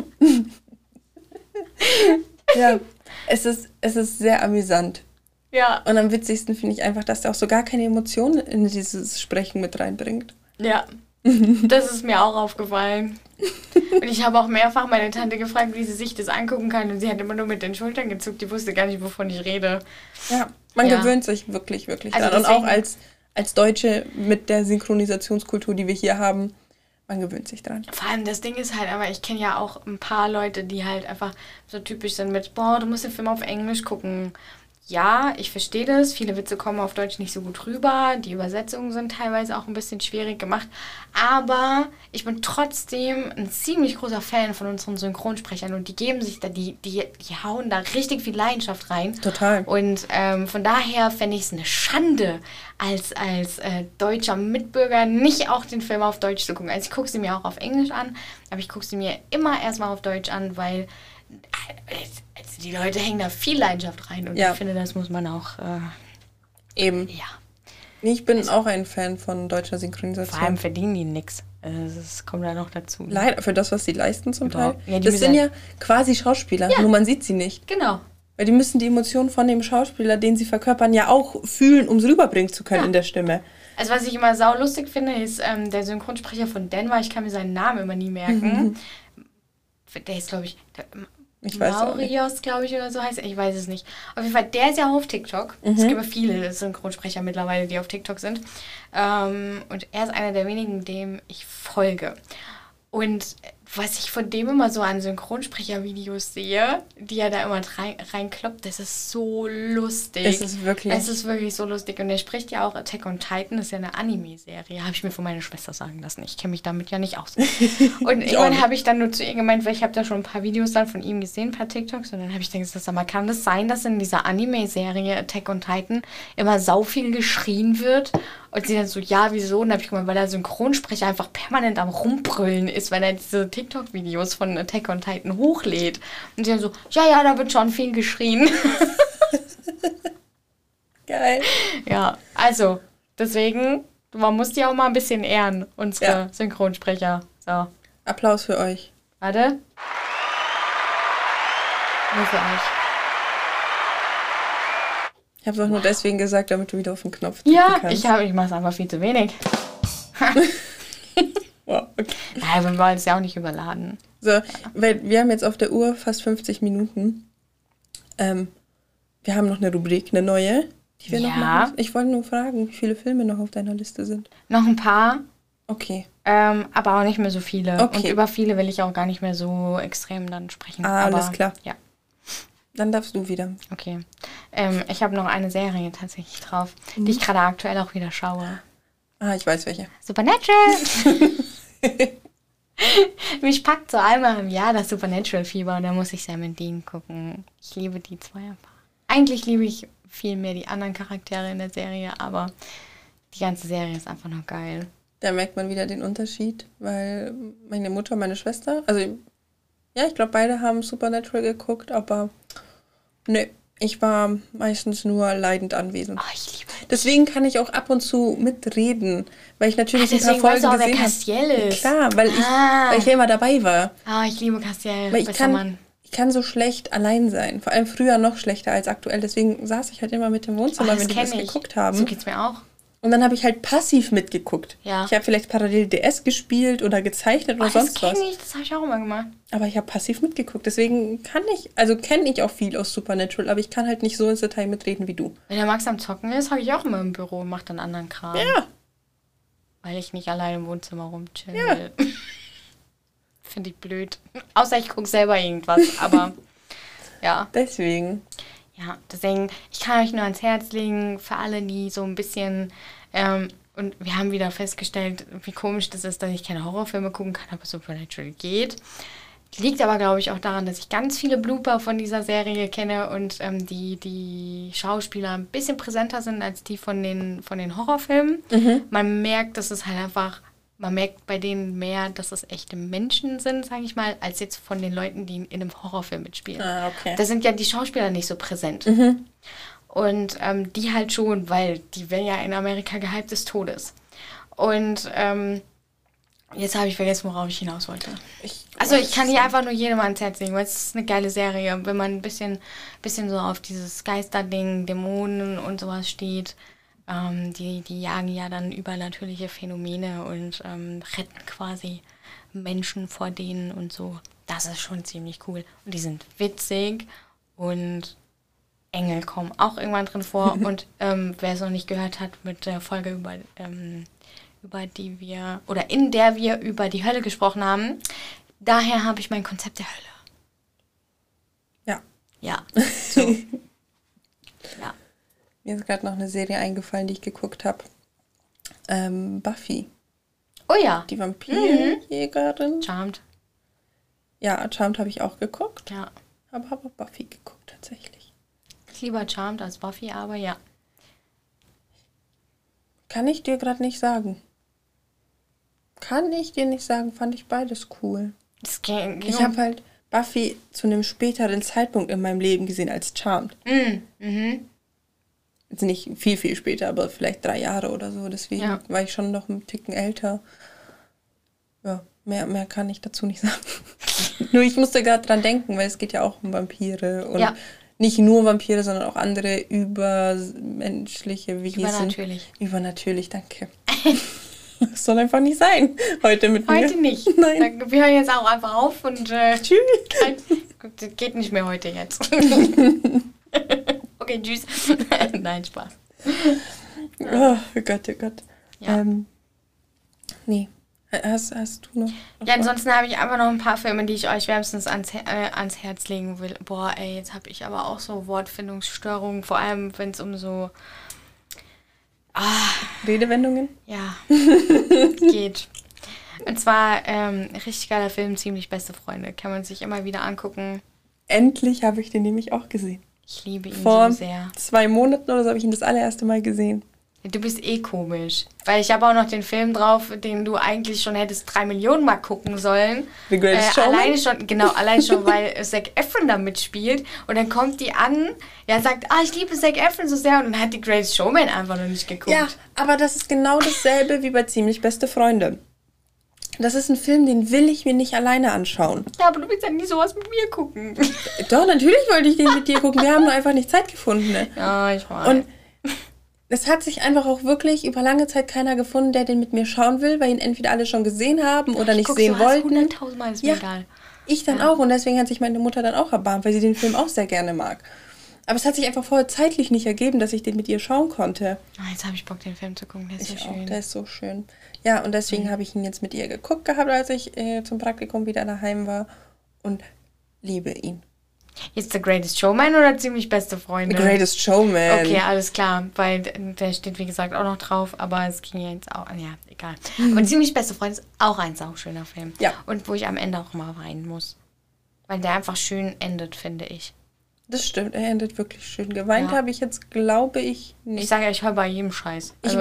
Speaker 1: Ja, es ist sehr amüsant.
Speaker 2: Ja.
Speaker 1: Und am witzigsten finde ich einfach, dass der auch so gar keine Emotionen in dieses Sprechen mit reinbringt.
Speaker 2: Ja, das ist mir auch aufgefallen. Und ich habe auch mehrfach meine Tante gefragt, wie sie sich das angucken kann. Und sie hat immer nur mit den Schultern gezuckt. Die wusste gar nicht, wovon ich rede.
Speaker 1: Ja, man gewöhnt sich wirklich, wirklich
Speaker 2: also
Speaker 1: daran. Und auch als Deutsche mit der Synchronisationskultur, die wir hier haben, man gewöhnt sich dran.
Speaker 2: Vor allem das Ding ist halt, aber ich kenne ja auch ein paar Leute, die halt einfach so typisch sind mit, boah, du musst den Film auf Englisch gucken. Ja, ich verstehe das. Viele Witze kommen auf Deutsch nicht so gut rüber. Die Übersetzungen sind teilweise auch ein bisschen schwierig gemacht. Aber ich bin trotzdem ein ziemlich großer Fan von unseren Synchronsprechern. Und die geben sich da, die hauen da richtig viel Leidenschaft rein.
Speaker 1: Total.
Speaker 2: Und von daher fände ich es eine Schande, als deutscher Mitbürger nicht auch den Film auf Deutsch zu gucken. Also ich gucke sie mir auch auf Englisch an, aber ich gucke sie mir immer erstmal auf Deutsch an, weil also die Leute hängen da viel Leidenschaft rein und ich finde, das muss man auch
Speaker 1: eben. Ja. Ich bin auch ein Fan von deutscher Synchronisation.
Speaker 2: Vor allem verdienen die nichts. Das kommt da noch dazu. Ne?
Speaker 1: Leider, für das, was sie leisten zum Teil. Ja, das sind ja quasi Schauspieler, nur man sieht sie nicht.
Speaker 2: Genau.
Speaker 1: Weil die müssen die Emotionen von dem Schauspieler, den sie verkörpern, ja auch fühlen, um es rüberbringen zu können in der Stimme.
Speaker 2: Also was ich immer saulustig finde, ist der Synchronsprecher von Denver, ich kann mir seinen Namen immer nie merken. Der ist, glaube ich Maurios, glaube ich, oder so heißt er. Ich weiß es nicht. Auf jeden Fall, der ist ja auch auf TikTok. Es gibt ja viele Synchronsprecher mittlerweile, die auf TikTok sind. Und er ist einer der wenigen, dem ich folge. Und was ich von dem immer so an Synchronsprecher-Videos sehe, die er da immer reinkloppt, das ist so lustig.
Speaker 1: Es ist wirklich
Speaker 2: so lustig. Und er spricht ja auch Attack on Titan, das ist ja eine Anime-Serie. Habe ich mir von meiner Schwester sagen lassen. Ich kenne mich damit ja nicht aus. Und irgendwann habe ich dann nur zu ihr gemeint, weil ich habe da schon ein paar Videos dann von ihm gesehen, ein paar TikToks. Und dann habe ich dann gesagt, mal, kann das sein, dass in dieser Anime-Serie Attack on Titan immer sau viel geschrien wird? Und sie dann so, ja, wieso? Und dann habe ich gemeint, weil der Synchronsprecher einfach permanent am Rumbrüllen ist, wenn er diese TikTok-Videos von Attack on Titan hochlädt. Und sie dann so, ja, da wird schon viel geschrien.
Speaker 1: Geil.
Speaker 2: Ja, also, deswegen, man muss die auch mal ein bisschen ehren, unsere Synchronsprecher. So.
Speaker 1: Applaus für euch.
Speaker 2: Warte. Nur für euch.
Speaker 1: Ich habe es auch nur deswegen gesagt, damit du wieder auf den Knopf drücken kannst.
Speaker 2: Ich mache es einfach viel zu wenig.
Speaker 1: Wow, okay.
Speaker 2: Nein, wir wollen es ja auch nicht überladen.
Speaker 1: So, weil wir haben jetzt auf der Uhr fast 50 Minuten. Wir haben noch eine Rubrik, eine neue, die wir noch machen. Ich wollte nur fragen, wie viele Filme noch auf deiner Liste sind.
Speaker 2: Noch ein paar.
Speaker 1: Okay.
Speaker 2: aber auch nicht mehr so viele.
Speaker 1: Okay.
Speaker 2: Und über viele will ich auch gar nicht mehr so extrem dann sprechen.
Speaker 1: Alles klar.
Speaker 2: Ja.
Speaker 1: Dann darfst du wieder.
Speaker 2: Okay. Ich habe noch eine Serie tatsächlich drauf, die ich gerade aktuell auch wieder schaue.
Speaker 1: Ich weiß welche.
Speaker 2: Supernatural! Mich packt so einmal im Jahr das Supernatural-Fieber und da muss ich Sam und Dean gucken. Ich liebe die zwei einfach. Eigentlich liebe ich viel mehr die anderen Charaktere in der Serie, aber die ganze Serie ist einfach nur geil.
Speaker 1: Da merkt man wieder den Unterschied, weil meine Mutter und meine Schwester, also ja, ich glaube, beide haben Supernatural geguckt, aber ne, ich war meistens nur leidend anwesend.
Speaker 2: Oh, ich liebe
Speaker 1: Deswegen kann ich auch ab und zu mitreden, weil ich natürlich ein paar Folgen
Speaker 2: weißt du auch, wer
Speaker 1: gesehen
Speaker 2: Castiel
Speaker 1: habe.
Speaker 2: ist.
Speaker 1: Klar, weil ich ja immer dabei war.
Speaker 2: Ich liebe Castiel.
Speaker 1: Weil
Speaker 2: Besser Mann.
Speaker 1: ich kann so schlecht allein sein. Vor allem früher noch schlechter als aktuell. Deswegen saß ich halt immer mit dem Wohnzimmer, wenn die das geguckt haben.
Speaker 2: So geht's mir auch.
Speaker 1: Und dann habe ich halt passiv mitgeguckt.
Speaker 2: Ja.
Speaker 1: Ich habe vielleicht parallel DS gespielt oder gezeichnet oder sonst was.
Speaker 2: Das habe ich auch immer gemacht.
Speaker 1: Aber ich habe passiv mitgeguckt. Deswegen kenne ich auch viel aus Supernatural, aber ich kann halt nicht so ins Detail mitreden wie du.
Speaker 2: Wenn der Max am Zocken ist, habe ich auch immer im Büro und mache dann anderen Kram.
Speaker 1: Ja.
Speaker 2: Weil ich nicht allein im Wohnzimmer rumchillen
Speaker 1: Ja.
Speaker 2: will. Finde ich blöd. Außer ich gucke selber irgendwas, aber ja.
Speaker 1: Deswegen.
Speaker 2: Ja, deswegen, ich kann euch nur ans Herz legen, für alle, die so ein bisschen, und wir haben wieder festgestellt, wie komisch das ist, dass ich keine Horrorfilme gucken kann, aber Supernatural geht. Liegt aber, glaube ich, auch daran, dass ich ganz viele Blooper von dieser Serie kenne und die Schauspieler ein bisschen präsenter sind als die von den Horrorfilmen. Man merkt, dass es halt einfach, man merkt bei denen mehr, dass es echte Menschen sind, sage ich mal, als jetzt von den Leuten, die in einem Horrorfilm mitspielen.
Speaker 1: Okay.
Speaker 2: Da sind ja die Schauspieler nicht so präsent. Und die halt schon, weil die werden ja in Amerika gehypt des Todes. Und jetzt habe ich vergessen, worauf ich hinaus wollte. Ich kann die einfach nur jedem ans Herz legen, weil es ist eine geile Serie. Wenn man ein bisschen so auf dieses Geisterding, Dämonen und sowas steht, die jagen ja dann übernatürliche Phänomene und retten quasi Menschen vor denen und so. Das ist schon ziemlich cool. Und die sind witzig und Engel kommen auch irgendwann drin vor. Und wer es noch nicht gehört hat, mit der Folge über die wir, oder in der wir über die Hölle gesprochen haben, daher habe ich mein Konzept der Hölle.
Speaker 1: Ja.
Speaker 2: Ja, so. Ja.
Speaker 1: Mir ist gerade noch eine Serie eingefallen, die ich geguckt habe. Buffy.
Speaker 2: Oh ja.
Speaker 1: Die Vampirjägerin.
Speaker 2: Charmed.
Speaker 1: Ja, Charmed habe ich auch geguckt.
Speaker 2: Ja.
Speaker 1: Aber habe auch Buffy geguckt, tatsächlich.
Speaker 2: Lieber Charmed als Buffy, aber ja.
Speaker 1: Kann ich dir gerade nicht sagen. Kann ich dir nicht sagen, fand ich beides cool. Ich habe halt Buffy zu einem späteren Zeitpunkt in meinem Leben gesehen als Charmed. Jetzt nicht viel, viel später, aber vielleicht 3 Jahre oder so. Deswegen war ich schon noch einen Ticken älter. Ja, mehr kann ich dazu nicht sagen. Nur ich musste gerade dran denken, weil es geht ja auch um Vampire. Und nicht nur Vampire, sondern auch andere übermenschliche Wesen. Übernatürlich, danke. Das soll einfach nicht sein. Heute mit mir.
Speaker 2: Heute nicht.
Speaker 1: Nein.
Speaker 2: Wir hören jetzt auch einfach auf und
Speaker 1: Tschüss.
Speaker 2: Geht nicht mehr heute jetzt. Okay, tschüss. Nein, Spaß.
Speaker 1: Oh Gott, oh Gott.
Speaker 2: Ja.
Speaker 1: Nee. Hast du noch?
Speaker 2: Ja, ansonsten habe ich einfach noch ein paar Filme, die ich euch wärmstens ans Herz legen will. Boah, ey, jetzt habe ich aber auch so Wortfindungsstörungen, vor allem wenn es um so
Speaker 1: Redewendungen?
Speaker 2: Ja, geht. Und zwar richtig geiler Film, ziemlich beste Freunde. Kann man sich immer wieder angucken.
Speaker 1: Endlich habe ich den nämlich auch gesehen.
Speaker 2: Ich liebe ihn
Speaker 1: Vor
Speaker 2: so sehr.
Speaker 1: 2 Monaten oder so habe ich ihn das allererste Mal gesehen.
Speaker 2: Du bist eh komisch. Weil ich habe auch noch den Film drauf, den du eigentlich schon hättest 3 Millionen Mal gucken sollen.
Speaker 1: The Greatest Showman?
Speaker 2: Allein schon, weil Zac Efron da mitspielt. Und dann kommt die an, sagt, ich liebe Zac Efron so sehr. Und dann hat die Greatest Showman einfach noch nicht geguckt.
Speaker 1: Ja, aber das ist genau dasselbe wie bei Ziemlich beste Freunde. Das ist ein Film, den will ich mir nicht alleine anschauen.
Speaker 2: Ja, aber du willst ja nie sowas mit mir gucken.
Speaker 1: Doch, natürlich wollte ich den mit dir gucken. Wir haben nur einfach nicht Zeit gefunden. Ne?
Speaker 2: Ja, ich weiß.
Speaker 1: Und es hat sich einfach auch wirklich über lange Zeit keiner gefunden, der den mit mir schauen will, weil ihn entweder alle schon gesehen haben oder nicht sehen wollten.
Speaker 2: 100.000 Mal, ist mir egal.
Speaker 1: Ich dann auch und deswegen hat sich meine Mutter dann auch erbarmt, weil sie den Film auch sehr gerne mag. Aber es hat sich einfach vorher zeitlich nicht ergeben, dass ich den mit ihr schauen konnte.
Speaker 2: Oh, jetzt habe ich Bock, den Film zu gucken. Der ist so schön.
Speaker 1: Der ist so schön. Ja, und deswegen habe ich ihn jetzt mit ihr geguckt gehabt, als ich zum Praktikum wieder daheim war. Und liebe ihn.
Speaker 2: Jetzt The Greatest Showman oder ziemlich beste Freunde?
Speaker 1: The Greatest Showman.
Speaker 2: Okay, alles klar, weil der steht wie gesagt auch noch drauf, aber es ging ja jetzt auch, ja, egal. Und ziemlich beste Freunde ist auch ein sauschöner Film.
Speaker 1: Ja.
Speaker 2: Und wo ich am Ende auch mal weinen muss. Weil der einfach schön endet, finde ich.
Speaker 1: Das stimmt, er endet wirklich schön. Geweint habe ich jetzt, glaube ich, nicht.
Speaker 2: Ich sage ja, ich höre bei jedem Scheiß. Also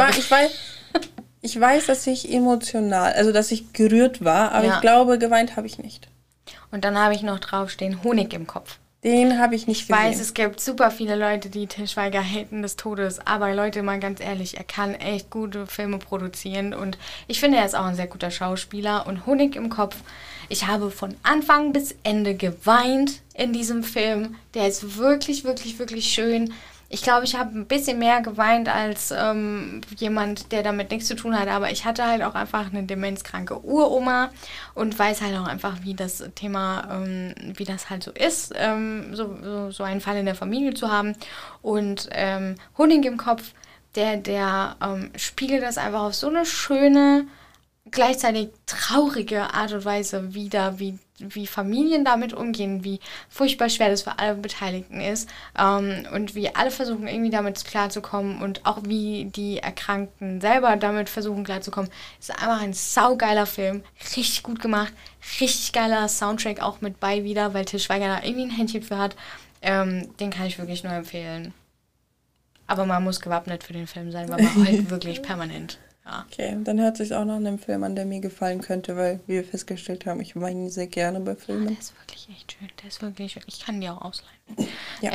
Speaker 1: Ich weiß, dass ich emotional, also dass ich gerührt war, aber ich glaube, geweint habe ich nicht.
Speaker 2: Und dann habe ich noch draufstehen, Honig im Kopf.
Speaker 1: Den habe ich nicht gesehen.
Speaker 2: Ich weiß, es gibt super viele Leute, die Til Schweiger haten des Todes. Aber Leute, mal ganz ehrlich, er kann echt gute Filme produzieren. Und ich finde, er ist auch ein sehr guter Schauspieler. Und Honig im Kopf, ich habe von Anfang bis Ende geweint in diesem Film. Der ist wirklich, wirklich, wirklich schön. Ich glaube, ich habe ein bisschen mehr geweint als jemand, der damit nichts zu tun hat. Aber ich hatte halt auch einfach eine demenzkranke Uroma und weiß halt auch einfach, wie das Thema, wie das halt so ist, so einen Fall in der Familie zu haben. Und Honig im Kopf, der spiegelt das einfach auf so eine schöne, gleichzeitig traurige Art und Weise wider, wie Familien damit umgehen, wie furchtbar schwer das für alle Beteiligten ist und wie alle versuchen irgendwie damit klarzukommen und auch wie die Erkrankten selber damit versuchen klarzukommen. Ist einfach ein saugeiler Film, richtig gut gemacht, richtig geiler Soundtrack auch mit bei wieder, weil Til Schweiger da irgendwie ein Händchen für hat. Den kann ich wirklich nur empfehlen. Aber man muss gewappnet für den Film sein, weil man halt wirklich permanent... Ja.
Speaker 1: Okay, dann hört sich auch nach einem Film an, der mir gefallen könnte, weil wir festgestellt haben, ich weine sehr gerne bei Filmen.
Speaker 2: Ja, der ist wirklich echt schön. Der ist wirklich schön. Ich kann die auch ausleihen.
Speaker 1: Ja.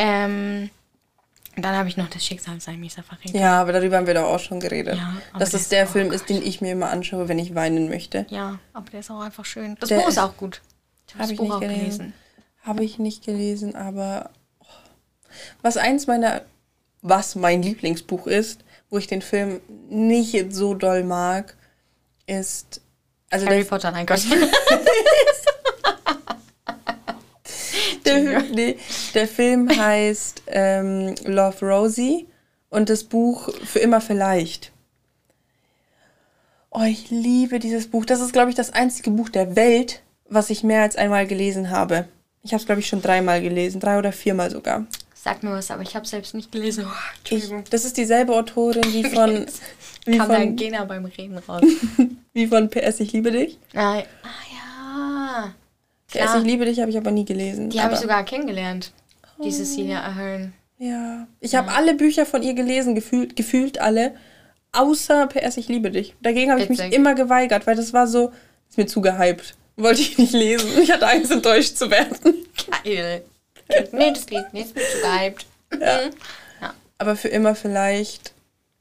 Speaker 2: Dann habe ich noch das Schicksal Misa Verräter.
Speaker 1: Ja, aber darüber haben wir doch auch schon geredet.
Speaker 2: Ja,
Speaker 1: dass das der Film ist, den ich mir immer anschaue, wenn ich weinen möchte.
Speaker 2: Ja, aber der ist auch einfach schön. Das Buch ist auch gut. Ich habe das Buch auch gelesen.
Speaker 1: Habe ich nicht gelesen, aber was mein Lieblingsbuch ist, wo ich den Film nicht so doll mag, ist... Also
Speaker 2: Harry Potter, nein Gott.
Speaker 1: Der Film heißt Love, Rosie und das Buch Für immer vielleicht. Oh, ich liebe dieses Buch. Das ist, glaube ich, das einzige Buch der Welt, was ich mehr als einmal gelesen habe. Ich habe es, glaube ich, schon 3-mal gelesen. 3 oder 4-mal sogar.
Speaker 2: Sag mir was, aber ich habe selbst nicht gelesen. Oh, Entschuldigung.
Speaker 1: Das ist dieselbe Autorin, wie von...
Speaker 2: Kam dein Gena beim Reden raus.
Speaker 1: Wie von PS, ich liebe dich.
Speaker 2: Ah ja.
Speaker 1: PS, ich liebe dich habe ich aber nie gelesen.
Speaker 2: Die habe ich sogar kennengelernt. Die Cecilia Ahern.
Speaker 1: Ja. Ich habe alle Bücher von ihr gelesen, gefühlt alle. Außer PS, ich liebe dich. Dagegen habe ich mich immer geweigert, weil das war so... Ist mir zu gehypt. Wollte ich nicht lesen. Ich hatte Angst, enttäuscht zu werden.
Speaker 2: Geil. Nee, das geht nicht. Ist mir zu gehypt.
Speaker 1: Ja. Aber für immer vielleicht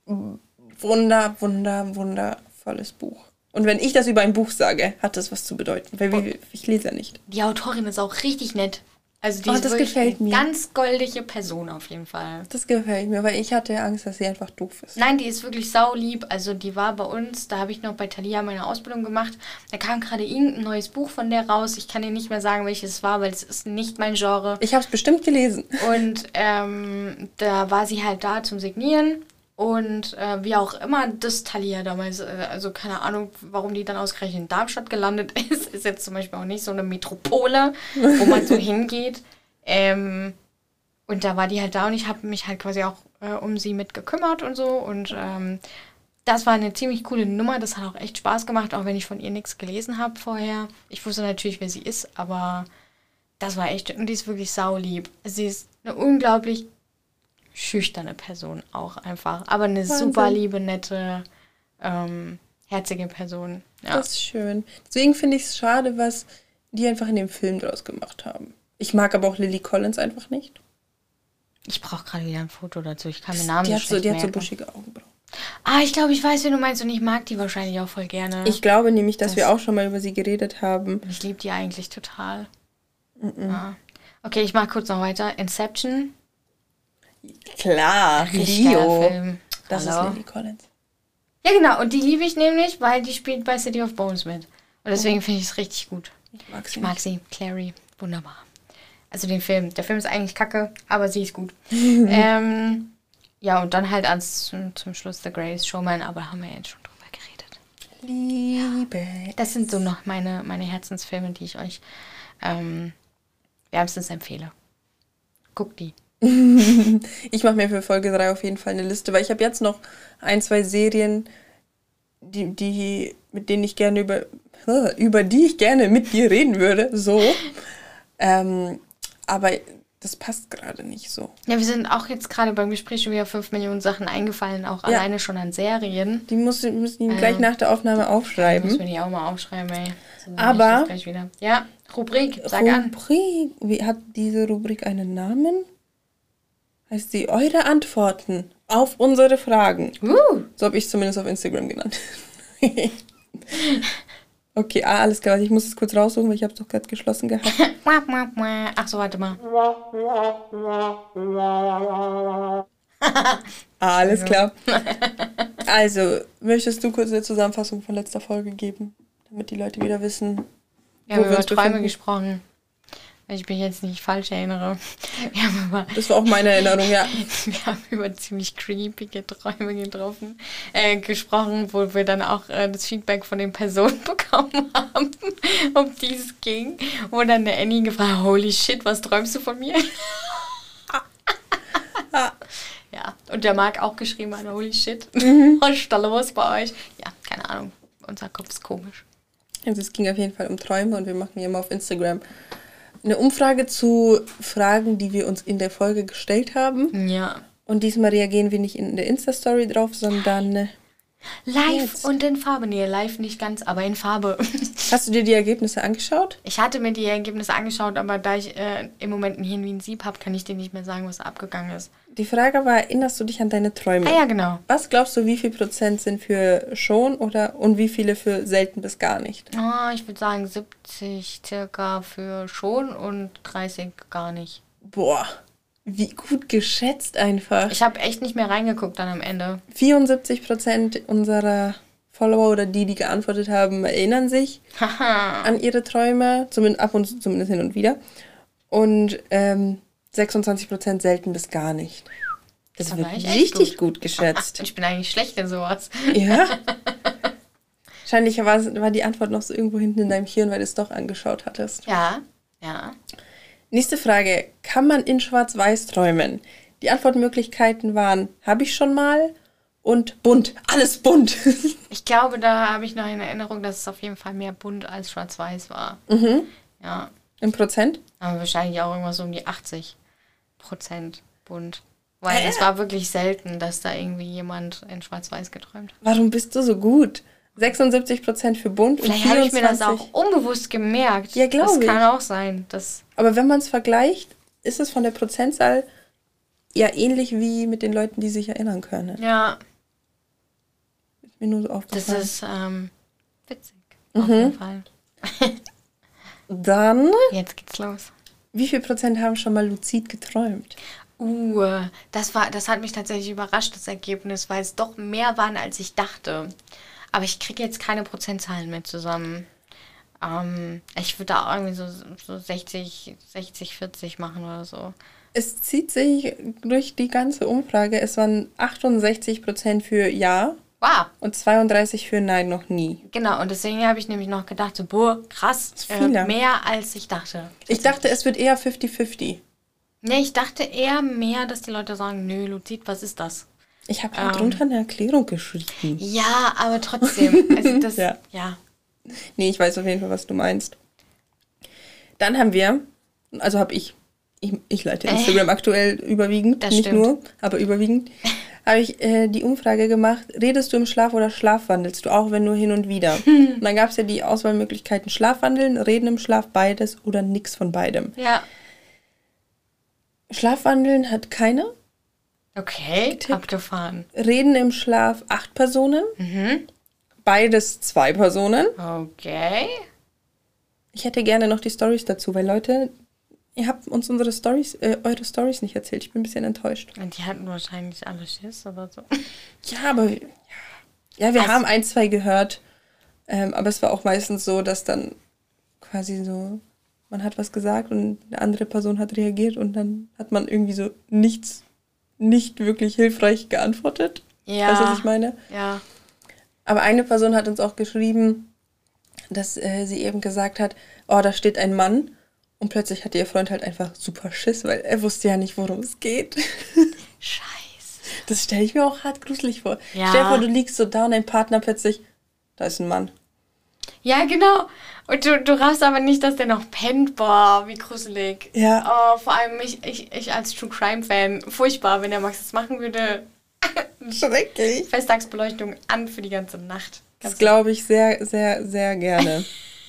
Speaker 1: wundervolles Buch. Und wenn ich das über ein Buch sage, hat das was zu bedeuten. Weil ich lese ja nicht.
Speaker 2: Die Autorin ist auch richtig nett. Also die ist
Speaker 1: das
Speaker 2: wirklich
Speaker 1: gefällt mir.
Speaker 2: Ganz goldige Person auf jeden Fall.
Speaker 1: Das gefällt mir, weil ich hatte Angst, dass sie einfach doof ist.
Speaker 2: Nein, die ist wirklich saulieb. Also die war bei uns, da habe ich noch bei Thalia meine Ausbildung gemacht. Da kam gerade irgendein neues Buch von der raus. Ich kann dir nicht mehr sagen, welches es war, weil es ist nicht mein Genre.
Speaker 1: Ich habe es bestimmt gelesen.
Speaker 2: Und da war sie halt da zum Signieren. Und wie auch immer das Thalia damals, also keine Ahnung, warum die dann ausgerechnet in Darmstadt gelandet ist jetzt zum Beispiel auch nicht so eine Metropole, wo man so hingeht. Und da war die halt da und ich habe mich halt quasi auch um sie mit gekümmert und so. Und das war eine ziemlich coole Nummer, das hat auch echt Spaß gemacht, auch wenn ich von ihr nichts gelesen habe vorher. Ich wusste natürlich, wer sie ist, aber das war echt, und die ist wirklich saulieb. Sie ist eine unglaublich schüchterne Person auch einfach. Aber eine super liebe, nette, herzige Person. Ja.
Speaker 1: Das ist schön. Deswegen finde ich es schade, was die einfach in dem Film draus gemacht haben. Ich mag aber auch Lily Collins einfach nicht.
Speaker 2: Ich brauche gerade wieder ein Foto dazu. Ich kann mir Namen nicht merken.
Speaker 1: Die hat so buschige Augenbrauen.
Speaker 2: Ah, ich glaube, ich weiß, wie du meinst und ich mag die wahrscheinlich auch voll gerne.
Speaker 1: Ich glaube nämlich, dass wir auch schon mal über sie geredet haben.
Speaker 2: Ich liebe die eigentlich total. Ja. Okay, ich mache kurz noch weiter. Inception.
Speaker 1: Klar,
Speaker 2: Leo. Film.
Speaker 1: Das ist Lily Collins.
Speaker 2: Ja, genau. Und die liebe ich nämlich, weil die spielt bei City of Bones mit. Und deswegen finde ich es richtig gut.
Speaker 1: Ich mag sie.
Speaker 2: Clary. Wunderbar. Also den Film. Der Film ist eigentlich kacke, aber sie ist gut. Ja, und dann halt zum Schluss The Greatest Showman, aber haben wir jetzt schon drüber geredet.
Speaker 1: Liebe.
Speaker 2: Das sind so noch meine Herzensfilme, die ich euch wärmstens empfehle. Guckt die.
Speaker 1: Ich mache mir für Folge 3 auf jeden Fall eine Liste, weil ich habe jetzt noch 1, 2 Serien, mit denen ich gerne über die ich gerne mit dir reden würde. So. Aber das passt gerade nicht so.
Speaker 2: Ja, wir sind auch jetzt gerade beim Gespräch schon wieder 5 Millionen Sachen eingefallen, auch alleine schon an Serien.
Speaker 1: Die müssen wir gleich nach der Aufnahme aufschreiben.
Speaker 2: Müssen wir die auch mal aufschreiben, ey.
Speaker 1: Aber
Speaker 2: gleich wieder. Ja, Rubrik, sag an.
Speaker 1: Wie hat diese Rubrik einen Namen? Heißt sie eure Antworten auf unsere Fragen. So habe ich es zumindest auf Instagram genannt. Okay, alles klar. Ich muss es kurz raussuchen, weil ich habe es doch gerade geschlossen gehabt.
Speaker 2: Ach so, warte mal.
Speaker 1: Alles klar. Also, möchtest du kurz eine Zusammenfassung von letzter Folge geben, damit die Leute wieder wissen,
Speaker 2: wir haben über Träume gesprochen. Wenn ich mich jetzt nicht falsch erinnere.
Speaker 1: Das war auch meine Erinnerung, ja.
Speaker 2: Wir haben über ziemlich creepige Träume gesprochen, wo wir dann auch das Feedback von den Personen bekommen haben, um die es ging. Wo dann der Annie gefragt hat, holy shit, was träumst du von mir? Ja, und der Marc auch geschrieben hat, holy shit, was ist da los bei euch? Ja, keine Ahnung, unser Kopf ist komisch.
Speaker 1: Also es ging auf jeden Fall um Träume und wir machen hier mal auf Instagram eine Umfrage zu Fragen, die wir uns in der Folge gestellt haben.
Speaker 2: Ja.
Speaker 1: Und diesmal reagieren wir nicht in der Insta-Story drauf, sondern
Speaker 2: live
Speaker 1: jetzt.
Speaker 2: Und in Farbe. Nee, live nicht ganz, aber in Farbe.
Speaker 1: Hast du dir die Ergebnisse angeschaut?
Speaker 2: Ich hatte mir die Ergebnisse angeschaut, aber da ich im Moment ein Hirn wie ein Sieb habe, kann ich dir nicht mehr sagen, was da abgegangen ist.
Speaker 1: Die Frage war, erinnerst du dich an deine Träume?
Speaker 2: Ah ja, genau.
Speaker 1: Was glaubst du, wie viel Prozent sind für schon und wie viele für selten bis gar nicht?
Speaker 2: Oh, ich würde sagen 70 circa für schon und 30 gar nicht.
Speaker 1: Boah, wie gut geschätzt einfach.
Speaker 2: Ich habe echt nicht mehr reingeguckt dann am Ende.
Speaker 1: 74% unserer Follower oder die geantwortet haben, erinnern sich an ihre Träume, zumindest hin und wieder. Und 26% selten bis gar nicht. Das wird richtig gut geschätzt.
Speaker 2: Ich bin eigentlich schlecht in sowas.
Speaker 1: Ja. Wahrscheinlich war die Antwort noch so irgendwo hinten in deinem Hirn, weil du es doch angeschaut hattest.
Speaker 2: Ja.
Speaker 1: Nächste Frage. Kann man in Schwarz-Weiß träumen? Die Antwortmöglichkeiten waren, habe ich schon mal und bunt. Alles bunt.
Speaker 2: Ich glaube, da habe ich noch in Erinnerung, dass es auf jeden Fall mehr bunt als Schwarz-Weiß war. Ja.
Speaker 1: Im Prozent?
Speaker 2: Aber wahrscheinlich auch irgendwas so um die 80% bunt. Weil es war wirklich selten, dass da irgendwie jemand in Schwarz-Weiß geträumt hat.
Speaker 1: Warum bist du so gut? 76% für bunt
Speaker 2: Vielleicht
Speaker 1: und 24%.
Speaker 2: Habe ich mir das auch unbewusst gemerkt.
Speaker 1: Ja, glaube ich.
Speaker 2: Das kann auch sein.
Speaker 1: Aber wenn man es vergleicht, ist es von der Prozentzahl ja ähnlich wie mit den Leuten, die sich erinnern können.
Speaker 2: Ja.
Speaker 1: Ist mir nur so aufgefallen.
Speaker 2: Das ist witzig. Auf jeden Fall.
Speaker 1: Dann,
Speaker 2: Jetzt geht's los.
Speaker 1: wie viel Prozent haben schon mal luzid geträumt?
Speaker 2: Das hat mich tatsächlich überrascht, das Ergebnis, weil es doch mehr waren, als ich dachte. Aber ich kriege jetzt keine Prozentzahlen mehr zusammen. Ich würde da irgendwie so 60, 40 machen oder so.
Speaker 1: Es zieht sich durch die ganze Umfrage. Es waren 68% für Ja.
Speaker 2: Wow.
Speaker 1: Und 32 für Nein noch nie.
Speaker 2: Genau, und deswegen habe ich nämlich noch gedacht, so, boah, krass, mehr als ich dachte.
Speaker 1: Ich dachte, es wird eher 50-50.
Speaker 2: Nee, ich dachte eher mehr, dass die Leute sagen, nö, luzid, was ist das?
Speaker 1: Ich habe drunter eine Erklärung geschrieben.
Speaker 2: Ja, aber trotzdem. Also das, ja.
Speaker 1: Nee, ich weiß auf jeden Fall, was du meinst. Dann haben wir, also habe ich leite Instagram aktuell überwiegend,
Speaker 2: das
Speaker 1: nicht
Speaker 2: stimmt.
Speaker 1: nur, aber überwiegend, habe ich die Umfrage gemacht, redest du im Schlaf oder schlafwandelst du, auch wenn nur hin und wieder. Und dann gab es ja die Auswahlmöglichkeiten Schlafwandeln, Reden im Schlaf, beides oder nix von beidem.
Speaker 2: Ja.
Speaker 1: Schlafwandeln hat keine.
Speaker 2: Okay, abgefahren.
Speaker 1: Reden im Schlaf 8 Personen. Beides 2 Personen.
Speaker 2: Okay.
Speaker 1: Ich hätte gerne noch die Storys dazu, weil Leute, ihr habt uns eure Storys nicht erzählt. Ich bin ein bisschen enttäuscht.
Speaker 2: Und die hatten wahrscheinlich alle Schiss oder so.
Speaker 1: Ja, aber wir haben 1, 2 gehört. Aber es war auch meistens so, dass dann quasi so man hat was gesagt und eine andere Person hat reagiert und dann hat man irgendwie so nicht wirklich hilfreich geantwortet.
Speaker 2: Ja.
Speaker 1: Weißt du, was ich meine?
Speaker 2: Ja.
Speaker 1: Aber eine Person hat uns auch geschrieben, dass sie eben gesagt hat, oh, da steht ein Mann. Und plötzlich hatte ihr Freund halt einfach super Schiss, weil er wusste ja nicht, worum es geht.
Speaker 2: Scheiße.
Speaker 1: Das stelle ich mir auch hart gruselig vor.
Speaker 2: Ja.
Speaker 1: Stell dir vor, du liegst so da und dein Partner plötzlich, da ist ein Mann.
Speaker 2: Ja, genau. Und du raffst aber nicht, dass der noch pennt. Boah, wie gruselig.
Speaker 1: Ja.
Speaker 2: Oh, vor allem ich als True Crime Fan. Furchtbar, wenn der Max das machen würde.
Speaker 1: Schrecklich.
Speaker 2: Festtagsbeleuchtung an für die ganze Nacht.
Speaker 1: Das glaube ich sehr, sehr, sehr gerne.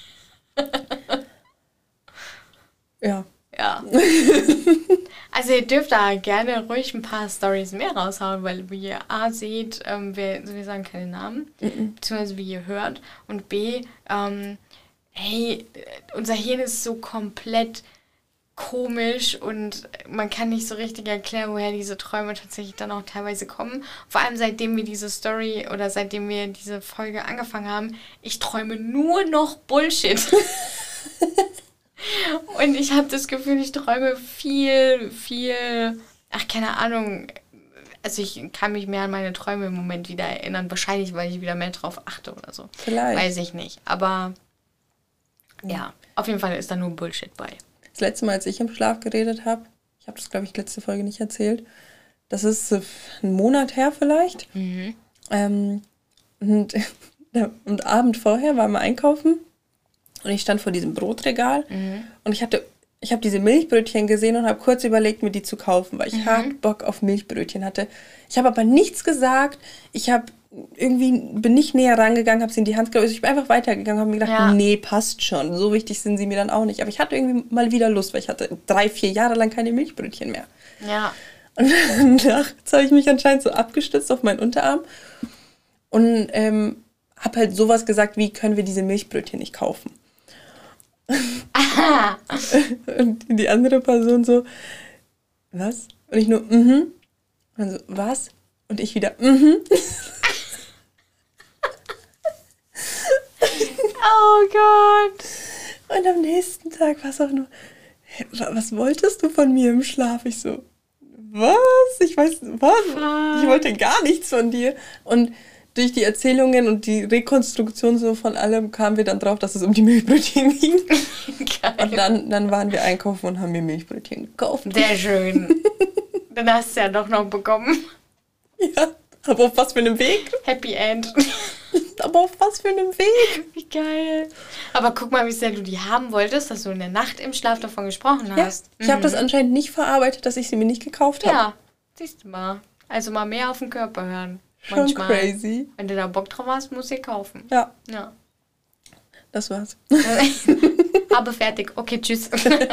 Speaker 1: Ja.
Speaker 2: Ja. Also ihr dürft da gerne ruhig ein paar Storys mehr raushauen, weil wie ihr A seht, wir sagen keine Namen, beziehungsweise wie ihr hört. Und B, hey, unser Hirn ist so komplett komisch und man kann nicht so richtig erklären, woher diese Träume tatsächlich dann auch teilweise kommen. Vor allem seitdem wir diese Story oder seitdem wir diese Folge angefangen haben, ich träume nur noch Bullshit. Und ich habe das Gefühl, ich träume viel, ach, keine Ahnung. Also ich kann mich mehr an meine Träume im Moment wieder erinnern. Wahrscheinlich, weil ich wieder mehr drauf achte oder so.
Speaker 1: Vielleicht.
Speaker 2: Weiß ich nicht. Aber ja, auf jeden Fall ist da nur Bullshit bei.
Speaker 1: Das letzte Mal, als ich im Schlaf geredet habe, ich habe das, glaube ich, letzte Folge nicht erzählt, das ist einen Monat her vielleicht. Und am Abend vorher waren wir einkaufen und ich stand vor diesem Brotregal und ich habe diese Milchbrötchen gesehen und habe kurz überlegt, mir die zu kaufen, weil ich hart Bock auf Milchbrötchen hatte. Ich habe aber nichts gesagt. Bin nicht näher rangegangen, habe sie in die Hand genommen. Also ich bin einfach weitergegangen und habe mir gedacht, nee, passt schon. So wichtig sind sie mir dann auch nicht. Aber ich hatte irgendwie mal wieder Lust, weil ich hatte 3-4 Jahre lang keine Milchbrötchen mehr.
Speaker 2: Ja.
Speaker 1: Und nachts habe ich mich anscheinend so abgestützt auf meinen Unterarm und habe halt sowas gesagt, wie können wir diese Milchbrötchen nicht kaufen?
Speaker 2: Aha.
Speaker 1: Und die andere Person so, was? Und ich nur, Und dann so, was? Und ich wieder,
Speaker 2: Oh Gott.
Speaker 1: Und am nächsten Tag war es auch nur, was wolltest du von mir im Schlaf? Ich so, was? Ich weiß, was? Ich wollte gar nichts von dir. Und durch die Erzählungen und die Rekonstruktion so von allem kamen wir dann drauf, dass es um die Milchbrötchen ging.
Speaker 2: Geil.
Speaker 1: Und dann waren wir einkaufen und haben mir Milchbrötchen gekauft.
Speaker 2: Sehr schön. Dann hast du ja doch noch bekommen.
Speaker 1: Ja, aber auf was für einem Weg?
Speaker 2: Happy End.
Speaker 1: Aber auf was für einem Weg?
Speaker 2: Wie geil. Aber guck mal, wie sehr du die haben wolltest, dass du in der Nacht im Schlaf davon gesprochen hast.
Speaker 1: Ja, ich habe das anscheinend nicht verarbeitet, dass ich sie mir nicht gekauft habe.
Speaker 2: Ja, siehst du mal. Also mal mehr auf den Körper hören.
Speaker 1: Schon
Speaker 2: Manchmal.
Speaker 1: crazy.
Speaker 2: Wenn du da Bock drauf hast, musst du sie kaufen.
Speaker 1: Ja,
Speaker 2: Ja.
Speaker 1: das war's.
Speaker 2: Aber fertig. Okay, tschüss.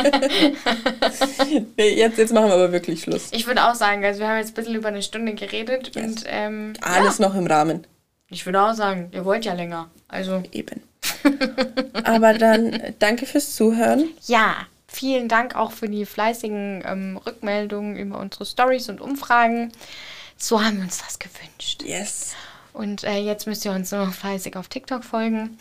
Speaker 1: Nee, jetzt machen wir aber wirklich Schluss.
Speaker 2: Ich würde auch sagen, also wir haben jetzt ein bisschen über eine Stunde geredet.
Speaker 1: Yes.
Speaker 2: Und
Speaker 1: Alles noch im Rahmen.
Speaker 2: ich würde auch sagen, ihr wollt ja länger. Also
Speaker 1: Eben. Aber dann danke fürs Zuhören.
Speaker 2: ja, vielen Dank auch für die fleißigen Rückmeldungen über unsere Stories und Umfragen. So haben wir uns das gewünscht.
Speaker 1: Yes.
Speaker 2: Und jetzt müsst ihr uns nur noch fleißig auf TikTok folgen.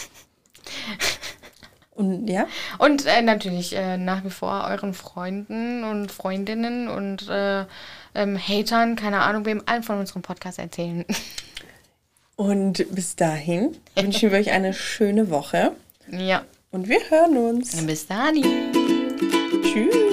Speaker 1: Und ja,
Speaker 2: Und natürlich nach wie vor euren Freunden und Freundinnen und Hatern, keine Ahnung, wem allen von unserem Podcast erzählen.
Speaker 1: und bis dahin wünschen wir euch eine schöne Woche.
Speaker 2: Ja.
Speaker 1: Und wir hören uns.
Speaker 2: Bis dann.
Speaker 1: Tschüss.